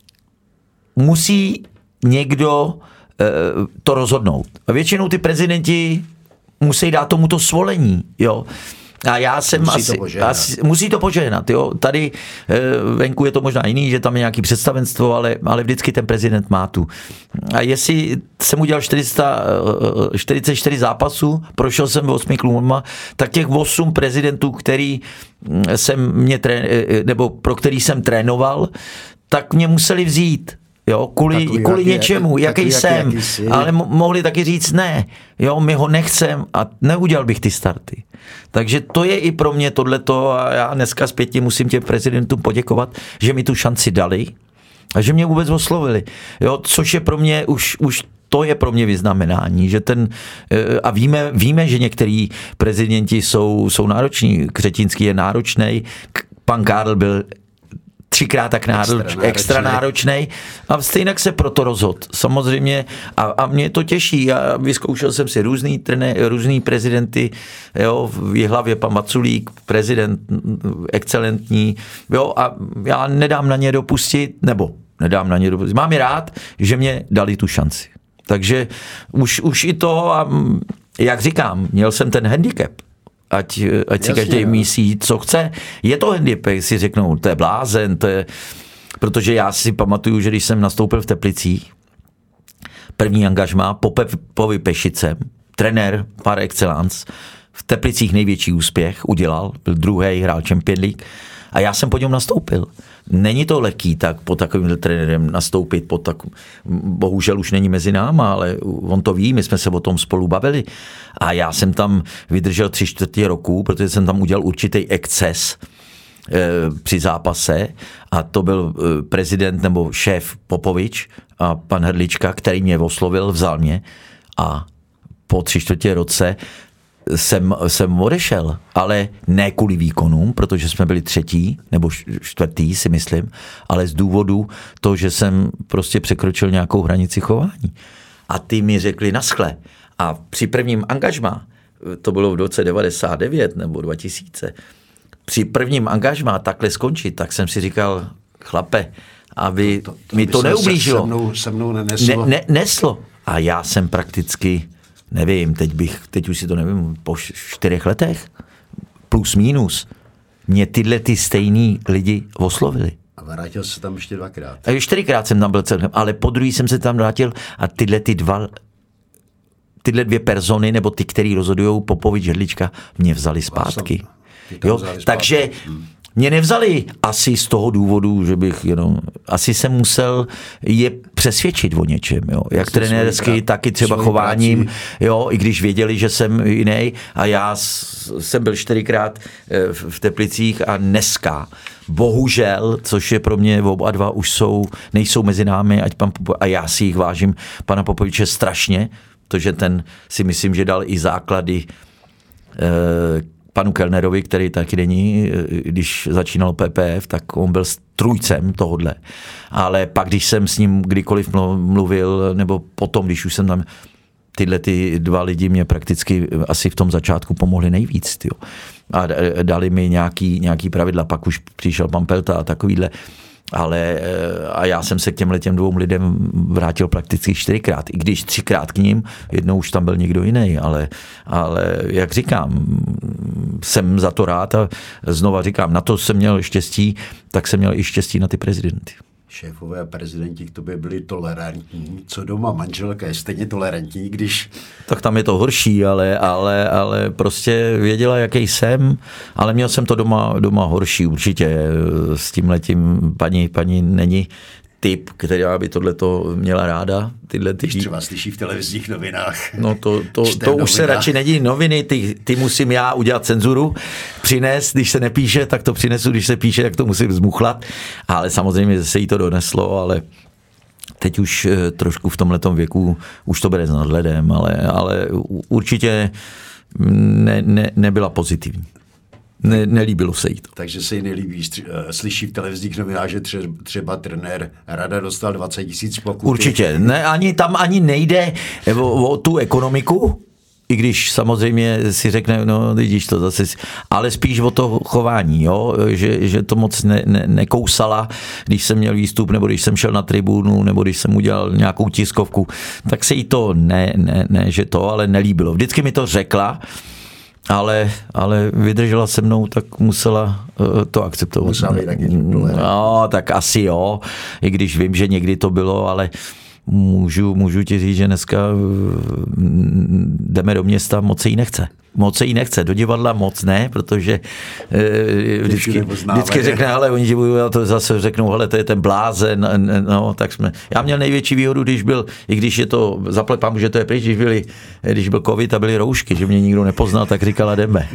musí někdo to rozhodnout. A většinou ty prezidenti musí dát tomuto svolení, jo. A já jsem musí asi, to požehnat. asi musí to požehnat, jo. Tady e, venku je to možná jiný, že tam je nějaký představenstvo, ale, ale vždycky ten prezident má tu. A jestli jsem udělal čtyři sta čtyřicet čtyři zápasů, prošel jsem osmi klubama, tak těch osm prezidentů, který jsem mě trén, nebo pro který jsem trénoval, tak mě museli vzít. Jo, kvůli, takový, kvůli jaký, něčemu, jaký, jaký jsem, jaký ale mo- mohli taky říct ne, jo, my ho nechcem a neudělal bych ty starty. Takže to je i pro mě tohleto a já dneska zpětně musím těm prezidentům poděkovat, že mi tu šanci dali a že mě vůbec oslovili, jo, což je pro mě už, už to je pro mě vyznamenání, že ten, a víme, víme, že některý prezidenti jsou, jsou nároční, Křetínský je náročnej, pan Karl byl třikrát tak nároč, extra, extra náročnej a stejně se proto rozhodl. Samozřejmě a, a mě to těší. Já vyzkoušel jsem si různý, trené, různý prezidenty, jo, v Jihlavě pan Vaculík, prezident excelentní, jo, a já nedám na ně dopustit, nebo nedám na ně dopustit. Mám je rád, že mě dali tu šanci. Takže už, už i to, a jak říkám, měl jsem ten handicap, ať, ať si každý myslí, co chce. Je to handicap, si řeknou, to je blázen, to je... Protože já si pamatuju, že když jsem nastoupil v Teplicích, první angažmá po Pepovi Pešicem, trenér par excellence, v Teplicích největší úspěch udělal, byl druhý, hrál Champions League a já jsem po něm nastoupil. Není to lehký tak po takovým trenérem nastoupit, po tak, bohužel už není mezi náma, ale on to ví, my jsme se o tom spolu bavili. A já jsem tam vydržel tři čtvrtě roku, protože jsem tam udělal určitý exces e, při zápase a to byl e, prezident nebo šéf Popovič a pan Hrdlička, který mě oslovil, vzal mě a po tři čtvrtě roce Jsem, jsem odešel, ale ne kvůli výkonům, protože jsme byli třetí nebo čtvrtý, si myslím, ale z důvodu toho, že jsem prostě překročil nějakou hranici chování. A ty mi řekli naschle. A při prvním angažmá, to bylo v roce devadesát devět nebo dva tisíce, při prvním angažmá takhle skončit, tak jsem si říkal, chlape, aby to, to, to mi to neublížilo. Se mnou, se mnou neneslo. Ne, ne, neslo. A já jsem prakticky nevím, teď bych, teď už si to nevím, po čtyřech letech, plus minus, mě tyhle ty stejný lidi oslovili. A vrátil se tam ještě dvakrát. A čtyřikrát jsem tam byl celkem, ale po druhý jsem se tam vrátil a tyhle ty dva, tyhle dvě persony, nebo ty, který rozhodujou, Popovič, Hrdlička, mě vzali zpátky. Jo, vzali zpátky. Takže hmm. Mě nevzali asi z toho důvodu, že bych jenom, asi jsem musel je přesvědčit o něčem, jo. Jak trenérsky, taky třeba chováním, práci. Jo, i když věděli, že jsem jiný a já jsem byl čtyřikrát v Teplicích a dneska, bohužel, což je pro mě oba dva už jsou, nejsou mezi námi, ať pan Popovič, a já si jich vážím, pana Popoviče strašně, protože ten si myslím, že dal i základy eh, panu Kellnerovi, který taky není, když začínal P P F, tak on byl strůjcem tohodle. Ale pak, když jsem s ním kdykoliv mluvil, nebo potom, když už jsem tam, tyhle ty dva lidi mě prakticky asi v tom začátku pomohli nejvíc. Tyjo. A dali mi nějaký, nějaký pravidla, pak už přišel pan Pelta a takovýhle. Ale a já jsem se k těmhle těm dvou lidem vrátil prakticky čtyřikrát, i když třikrát k ním, jednou už tam byl někdo jiný, ale, ale jak říkám, jsem za to rád a znova říkám, na to jsem měl štěstí, tak jsem měl i štěstí na ty prezidenty. Šéfové a prezidenti k tobě byli tolerantní, co doma manželka je stejně tolerantní, když... Tak tam je to horší, ale, ale, ale prostě věděla, jaký jsem, ale měl jsem to doma, doma horší určitě. S tímhletím paní, paní není typ, která by tohleto měla ráda. Tyhle ty... Když třeba slyší v televizních novinách. No to, to, to už se radši nedí noviny, ty, ty musím já udělat cenzuru, přinést, když se nepíše, tak to přinesu, když se píše, tak to musím zmuchlat. Ale samozřejmě se jí to doneslo, ale teď už trošku v tomhletom věku už to bude s nadhledem, ale, ale určitě ne, ne, nebyla pozitivní. Ne, nelíbilo se jí to. Takže se jí nelíbí, slyší v televizních novinách, že třeba, třeba trenér Rada dostal dvacet tisíc pokuty. Určitě. Ne, ani, tam ani nejde o, o tu ekonomiku, i když samozřejmě si řekne, no vidíš to zase, ale spíš o to chování, jo? Že, že to moc ne, ne, nekousala, když jsem měl výstup, nebo když jsem šel na tribunu, nebo když jsem udělal nějakou tiskovku, tak se jí to ne, ne, ne, že to, ale nelíbilo. Vždycky mi to řekla, Ale, ale vydržela se mnou, tak musela uh, to akceptovat. Musela být taky no, tak asi jo, i když vím, že někdy to bylo, ale můžu, můžu ti říct, že dneska jdeme do města, moc se jí nechce. Moc se jí nechce, do divadla moc ne, protože uh, vždycky, vždycky řekne, ale oni a to zase řeknou, hele, to je ten blázen, no, tak jsme. Já měl největší výhodu, když byl, i když je to, zaplepám, že to je pryč, když, byli, když byl covid a byly roušky, že mě nikdo nepoznal, tak říkala, jdeme.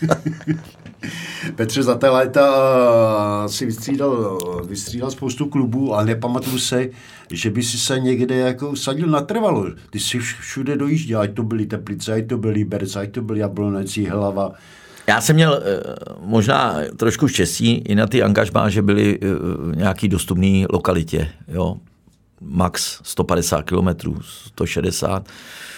Petře, za té léta si vystřídal, vystřídal spoustu klubů, ale nepamatuju se, že by si se někde jako usadil natrvalo. Ty jsi všude dojížděl, ať to byly Teplice, ať to byl Liberec, ať to byl Jablonec, Jihlava. Já jsem měl možná trošku štěstí i na ty angažmá, že byly v nějaký dostupné lokalitě. Jo? Max sto padesát kilometrů, sto šedesát.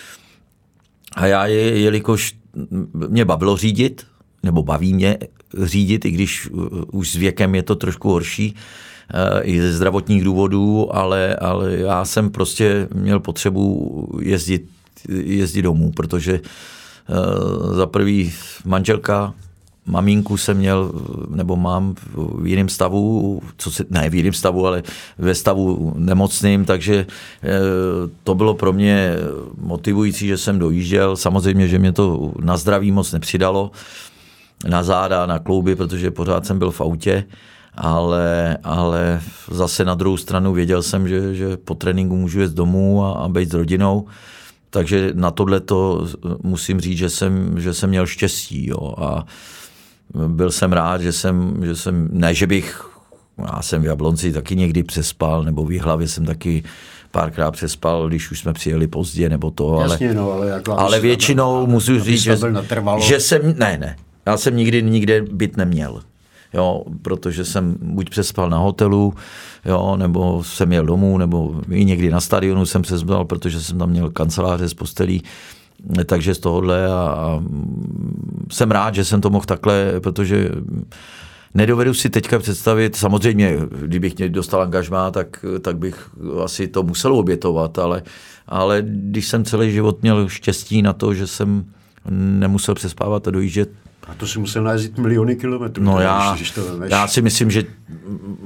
A já je, jelikož mě bavilo řídit, nebo baví mě řídit, i když už s věkem je to trošku horší, i ze zdravotních důvodů, ale, ale já jsem prostě měl potřebu jezdit, jezdit domů, protože za prvý manželka, maminku jsem měl, nebo mám v jiném stavu, co se, ne v jiném stavu, ale ve stavu nemocným, takže to bylo pro mě motivující, že jsem dojížděl. Samozřejmě, že mě to na zdraví moc nepřidalo, na záda, na klouby, protože pořád jsem byl v autě, ale, ale zase na druhou stranu věděl jsem, že, že po tréninku můžu jít domů a, a být s rodinou, takže na tohle to musím říct, že jsem, že jsem měl štěstí. Jo. A byl jsem rád, že jsem, že jsem, ne, že bych, já jsem v Jablonci taky někdy přespal, nebo v Jihlavě jsem taky párkrát přespal, když už jsme přijeli pozdě, nebo to, Jasně, ale, no, ale, jako, ale většinou tam, musím říct, že, že jsem, ne, ne, já jsem nikdy nikde byt neměl. Jo, protože jsem buď přespal na hotelu, jo, nebo jsem jel domů, nebo i někdy na stadionu jsem přespal, protože jsem tam měl kanceláře s postelí, takže z tohohle a, a jsem rád, že jsem to mohl takhle, protože nedovedu si teďka představit, samozřejmě, kdybych dostal angažmá, tak, tak bych asi to musel obětovat, ale, ale když jsem celý život měl štěstí na to, že jsem nemusel přespávat a dojíždět. A to si musel najezdit miliony kilometrů. No já, to já si myslím, že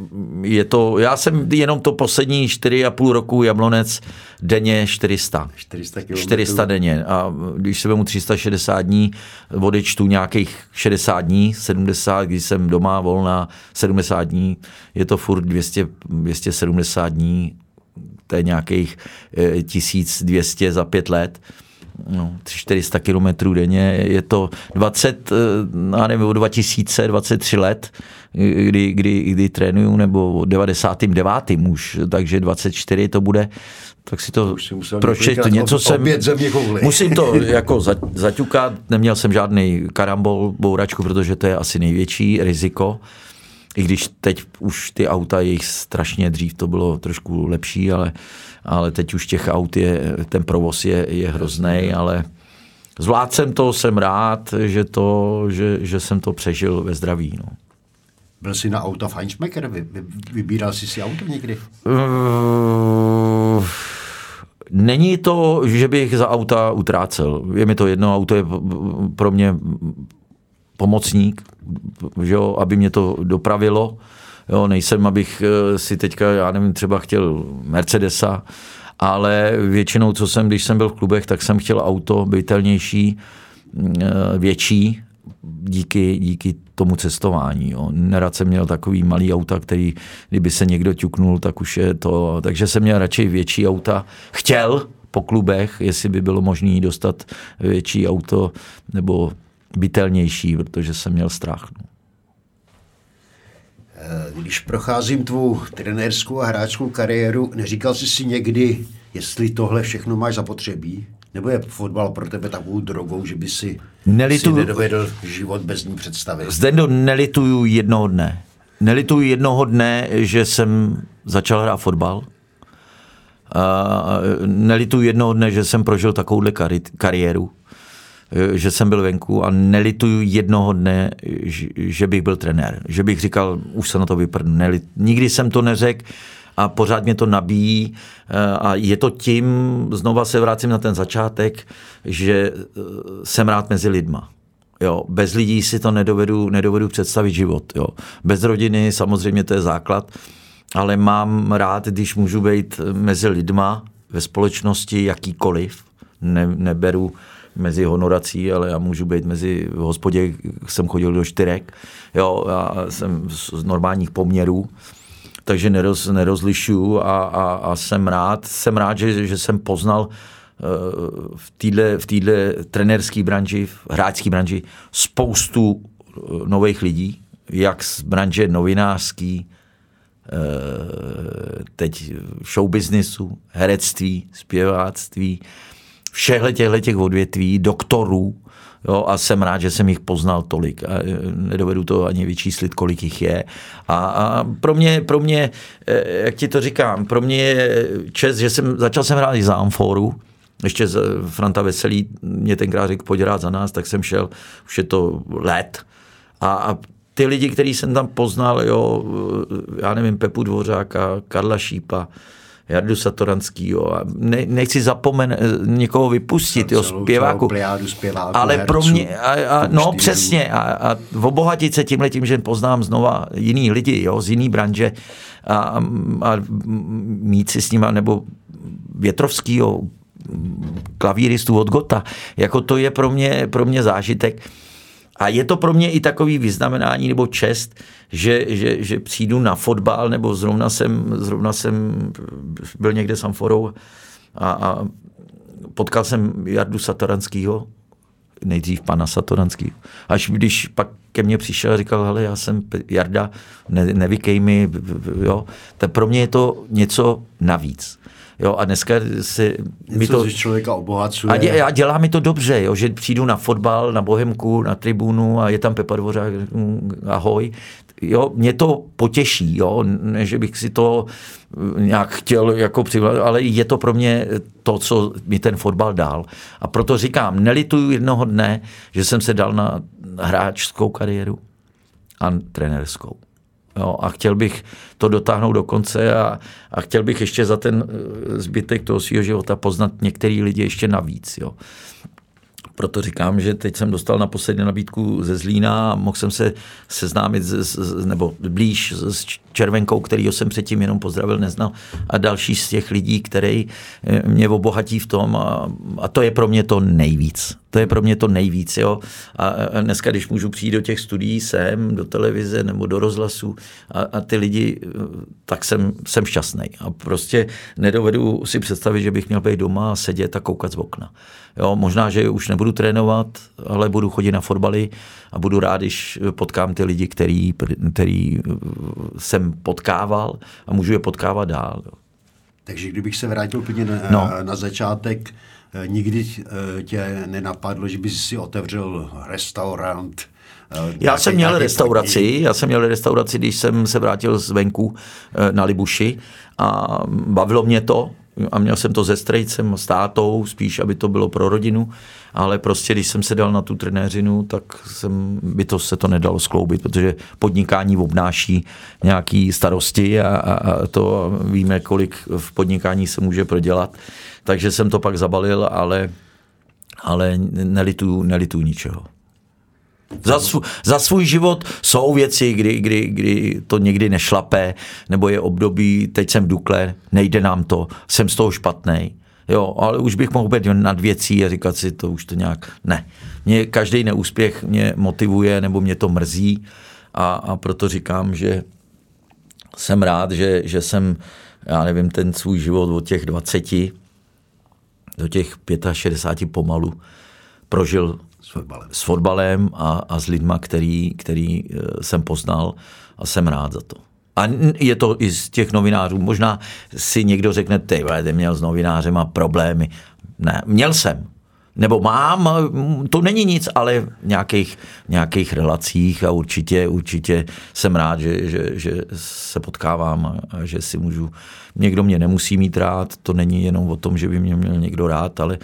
je to, já jsem jenom to poslední čtyři a půl roku Jablonec denně čtyři sta. čtyři sta denně. A když se vemu tři sta šedesát dní, odečtu nějakých šedesát dní, sedmdesát, když jsem doma volná, sedmdesát dní, je to furt dvě stě, dvě stě sedmdesát dní, to je nějakých tisíc dvě stě za pět let. No, čtyři sta kilometrů denně, je to dvacet, já nevím, dva tisíce dvacet tři let, kdy, kdy, kdy trénuju, nebo devadesátým devátým už, takže dvacet čtyři to bude, tak si to pročet, něco jsem, musím to jako zaťukat, neměl jsem žádný karambol, bouračku, protože to je asi největší riziko, i když teď už ty auta, jejich strašně dřív to bylo trošku lepší, ale ale teď už těch aut je, ten provoz je, je hrozný, ale zvládl jsem to, jsem rád, že, to, že, že jsem to přežil ve zdraví. No. Byl jsi na auta Feinschmecker? Vy, vy, vybíral jsi si auto někdy? Uh, není to, že bych za auta utrácel. Je mi to jedno, auto je pro mě pomocník, že jo, aby mě to dopravilo. Jo, nejsem, abych si teďka, já nevím, třeba chtěl Mercedesa, ale většinou, co jsem, když jsem byl v klubech, tak jsem chtěl auto bytelnější, větší, díky, díky tomu cestování. Jo. Nerad jsem měl takový malý auta, který, kdyby se někdo ťuknul, tak už je to, takže jsem měl radši větší auta. Chtěl po klubech, jestli by bylo možné dostat větší auto, nebo bytelnější, protože jsem měl strach. No. Když procházím tvou trenérskou a hráčskou kariéru, neříkal jsi si někdy, jestli tohle všechno máš zapotřebí? Nebo je fotbal pro tebe takovou drogou, že by si, si nedovedl život bez ní představit? Zdendo, nelituju jednoho dne. Nelituju jednoho dne, že jsem začal hrát fotbal. A nelituju jednoho dne, že jsem prožil takovouhle kari- kariéru. Že jsem byl venku a nelituju jednoho dne, že bych byl trenér. Že bych říkal, už se na to vyprdnu. Nelit... Nikdy jsem to neřekl a pořád mě to nabíjí a je to tím, znova se vrátím na ten začátek, že jsem rád mezi lidma. Jo, bez lidí si to nedovedu, nedovedu představit život. Jo. Bez rodiny samozřejmě to je základ, ale mám rád, když můžu být mezi lidma ve společnosti jakýkoliv. Ne, neberu mezi honorací, ale já můžu být mezi v hospodě, jsem chodil do čtyřek, jo, já jsem z normálních poměrů, takže neroz, nerozlišuju a, a, a jsem rád, jsem rád, že, že jsem poznal uh, v téhle v téhle trenérské branži, v hráčské branži spoustu uh, nových lidí, jak z branže novinářský, uh, teď showbiznisu, herectví, zpěváctví, všech těchto těch odvětví, doktorů, jo, a jsem rád, že jsem jich poznal tolik. A nedovedu to ani vyčíslit, kolik jich je. A, a pro mě, pro mě, jak ti to říkám, pro mě je čest, že jsem, začal jsem hrát i za Amforu, ještě Franta Veselý mě tenkrát řekl, pojď hrát za nás, tak jsem šel, už je to let. A, a ty lidi, který jsem tam poznal, jo, já nevím, Pepu Dvořáka, Karla Šípa, Jardu Satoranskýho. Ne, nechci zapomen někoho vypustit, jo, zpěváku. Ale herců, pro mě, a, a, no přesně, a, a obohatit se tímhletím, že poznám znova jiný lidi, jo, z jiný branže a, a mít si s nima, nebo Větrovskýho, klavíristu od Gota, jako to je pro mě, pro mě zážitek. A je to pro mě i takový vyznamenání nebo čest, že, že, že přijdu na fotbal, nebo zrovna jsem, zrovna jsem byl někde s Amforou a, a potkal jsem Jardu Satoranskýho, nejdřív pana Satoranskýho. Až když pak ke mně přišel a říkal, hele, já jsem Jarda, ne, nevykej mi, jo. Tak pro mě je to něco navíc. Jo, a dneska se mi to člověka obohacuje. A, dě, a dělá mi to dobře, jo, že přijdu na fotbal, na Bohemku, na tribunu a je tam Pepa Dvořák, ahoj. Jo, mě to potěší, jo, ne, že bych si to nějak chtěl jako přivlat, ale je to pro mě to, co mi ten fotbal dal. A proto říkám, nelituju jednoho dne, že jsem se dal na hráčskou kariéru a trenérskou. Jo, a chtěl bych to dotáhnout do konce a, a chtěl bych ještě za ten zbytek toho svého života poznat některý lidi ještě navíc. Jo. Proto říkám, že teď jsem dostal naposledy nabídku ze Zlína a mohl jsem se seznámit z, z, nebo blíž s Červenkou, kterýho jsem předtím jenom pozdravil, neznal, a další z těch lidí, který mě obohatí v tom a, a to je pro mě to nejvíc. To je pro mě to nejvíc. Jo? A dneska, když můžu přijít do těch studií sem, do televize nebo do rozhlasu a, a ty lidi, tak jsem, jsem šťastný. A prostě nedovedu si představit, že bych měl být doma a sedět a koukat z okna. Jo, možná, že už nebudu trénovat, ale budu chodit na fotbaly a budu rád, když potkám ty lidi, který, který jsem potkával a můžu je potkávat dál. Takže kdybych se vrátil úplně na, no. na začátek, nikdy tě nenapadlo, že bys si otevřel restaurant? Já jsem měl restauraci, já jsem měl restauraci, když jsem se vrátil zvenku na Libuši a bavilo mě to. A měl jsem to se strejcem, s tátou, spíš, aby to bylo pro rodinu, ale prostě, když jsem se dal na tu trenéřinu, tak jsem, by to se to nedalo skloubit, protože podnikání obnáší nějaký starosti a, a, a to víme, kolik v podnikání se může prodělat. Takže jsem to pak zabalil, ale, ale nelituju, nelituju ničeho. Za, svů, za svůj život jsou věci, kdy, kdy, kdy to někdy nešlape, nebo je období, teď jsem v Dukle, nejde nám to, jsem z toho špatnej. Jo, ale už bych mohl být nad věcí a říkat si, to už to nějak, ne. Mě každý neúspěch mě motivuje, nebo mě to mrzí a, a proto říkám, že jsem rád, že, že jsem, já nevím, ten svůj život od těch dvaceti do těch šedesáti pěti pomalu prožil s fotbalem, s fotbalem a, a s lidma, který, který jsem poznal a jsem rád za to. A je to i z těch novinářů. Možná si někdo řekne, ty vole, měl s novinářema problémy. Ne, měl jsem. Nebo mám, to není nic, ale v nějakých, nějakých relacích a určitě, určitě jsem rád, že, že, že se potkávám a, a že si můžu, někdo mě nemusí mít rád, to není jenom o tom, že by mě měl někdo rád, ale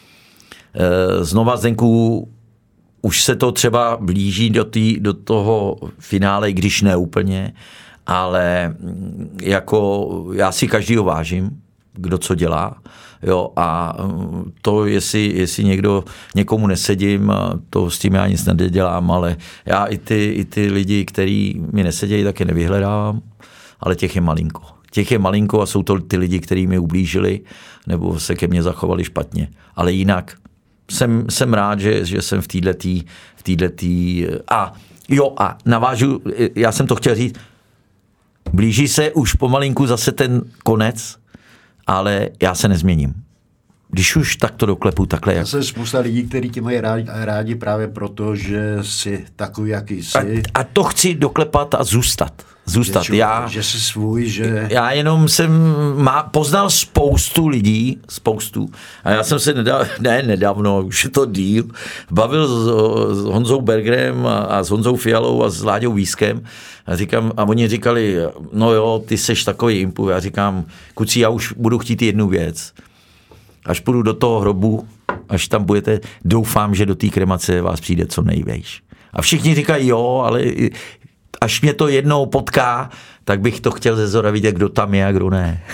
e, znova Zdenku, už se to třeba blíží do, tý, do toho finále, když ne úplně, ale jako já si každýho vážím, kdo co dělá. Jo, a to, jestli, jestli někdo někomu nesedím, to s tím já nic nedělám, ale já i ty, i ty lidi, kteří mi nesedějí, tak je nevyhledávám, ale těch je malinko. Těch je malinko a jsou to ty lidi, kteří mi ublížili nebo se ke mně zachovali špatně. Ale jinak jsem, jsem rád, že, že jsem v této v této a jo, a navážu, já jsem to chtěl říct, blíží se už pomalinku zase ten konec, ale já se nezměním. Když už tak to doklepu takhle. Jak... Zase spousta lidí, kteří tě mají rádi, rádi právě proto, že jsi takový, jaký jsi. A, a to chci doklepat a zůstat. Zůstat. Že, já, že jsi svůj, že... Já jenom jsem má, poznal spoustu lidí, spoustu. A já jsem se nedávno, ne nedávno, už je to díl, bavil s, s Honzou Bergerem a, a s Honzou Fialou a s Láďou Vískem. A, říkám, a oni říkali, no jo, ty seš takový impu. Já říkám, kuci, já už budu chtít jednu věc. Až půjdu do toho hrobu, až tam budete, doufám, že do té kremace vás přijde co nejvejš. A všichni říkají, jo, ale až mě to jednou potká, tak bych to chtěl ze zora vidět, kdo tam je a kdo ne.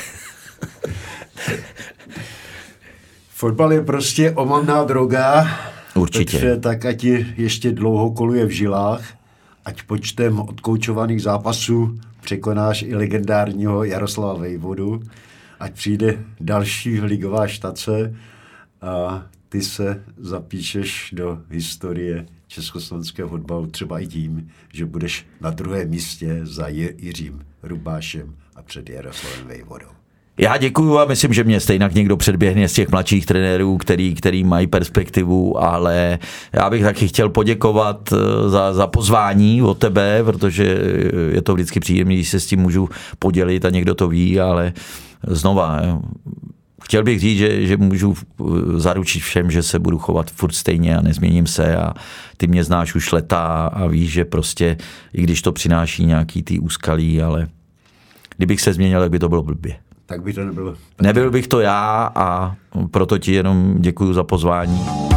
Fotbal je prostě omamná droga. Určitě. Takže tak ať ještě dlouho koluje v žilách, ať počtem odkoučovaných zápasů překonáš i legendárního Jaroslava Vejvodu, ať přijde další ligová štace a ty se zapíšeš do historie československého fotbalu třeba i tím, že budeš na druhém místě za Jiřím Rubášem a před Jaroslavem Vejvodou. Já děkuju a myslím, že mě stejně někdo předběhne z těch mladších trenérů, který, který mají perspektivu, ale já bych taky chtěl poděkovat za, za pozvání od tebe, protože je to vždycky příjemné, když se s tím můžu podělit a někdo to ví, ale znova, chtěl bych říct, že, že můžu zaručit všem, že se budu chovat furt stejně a nezměním se a ty mě znáš už leta a víš, že prostě, i když to přináší nějaký ty úskalí, ale kdybych se změnil, tak by to bylo blbě. Tak by to nebylo. Nebyl bych to já a proto ti jenom děkuju za pozvání.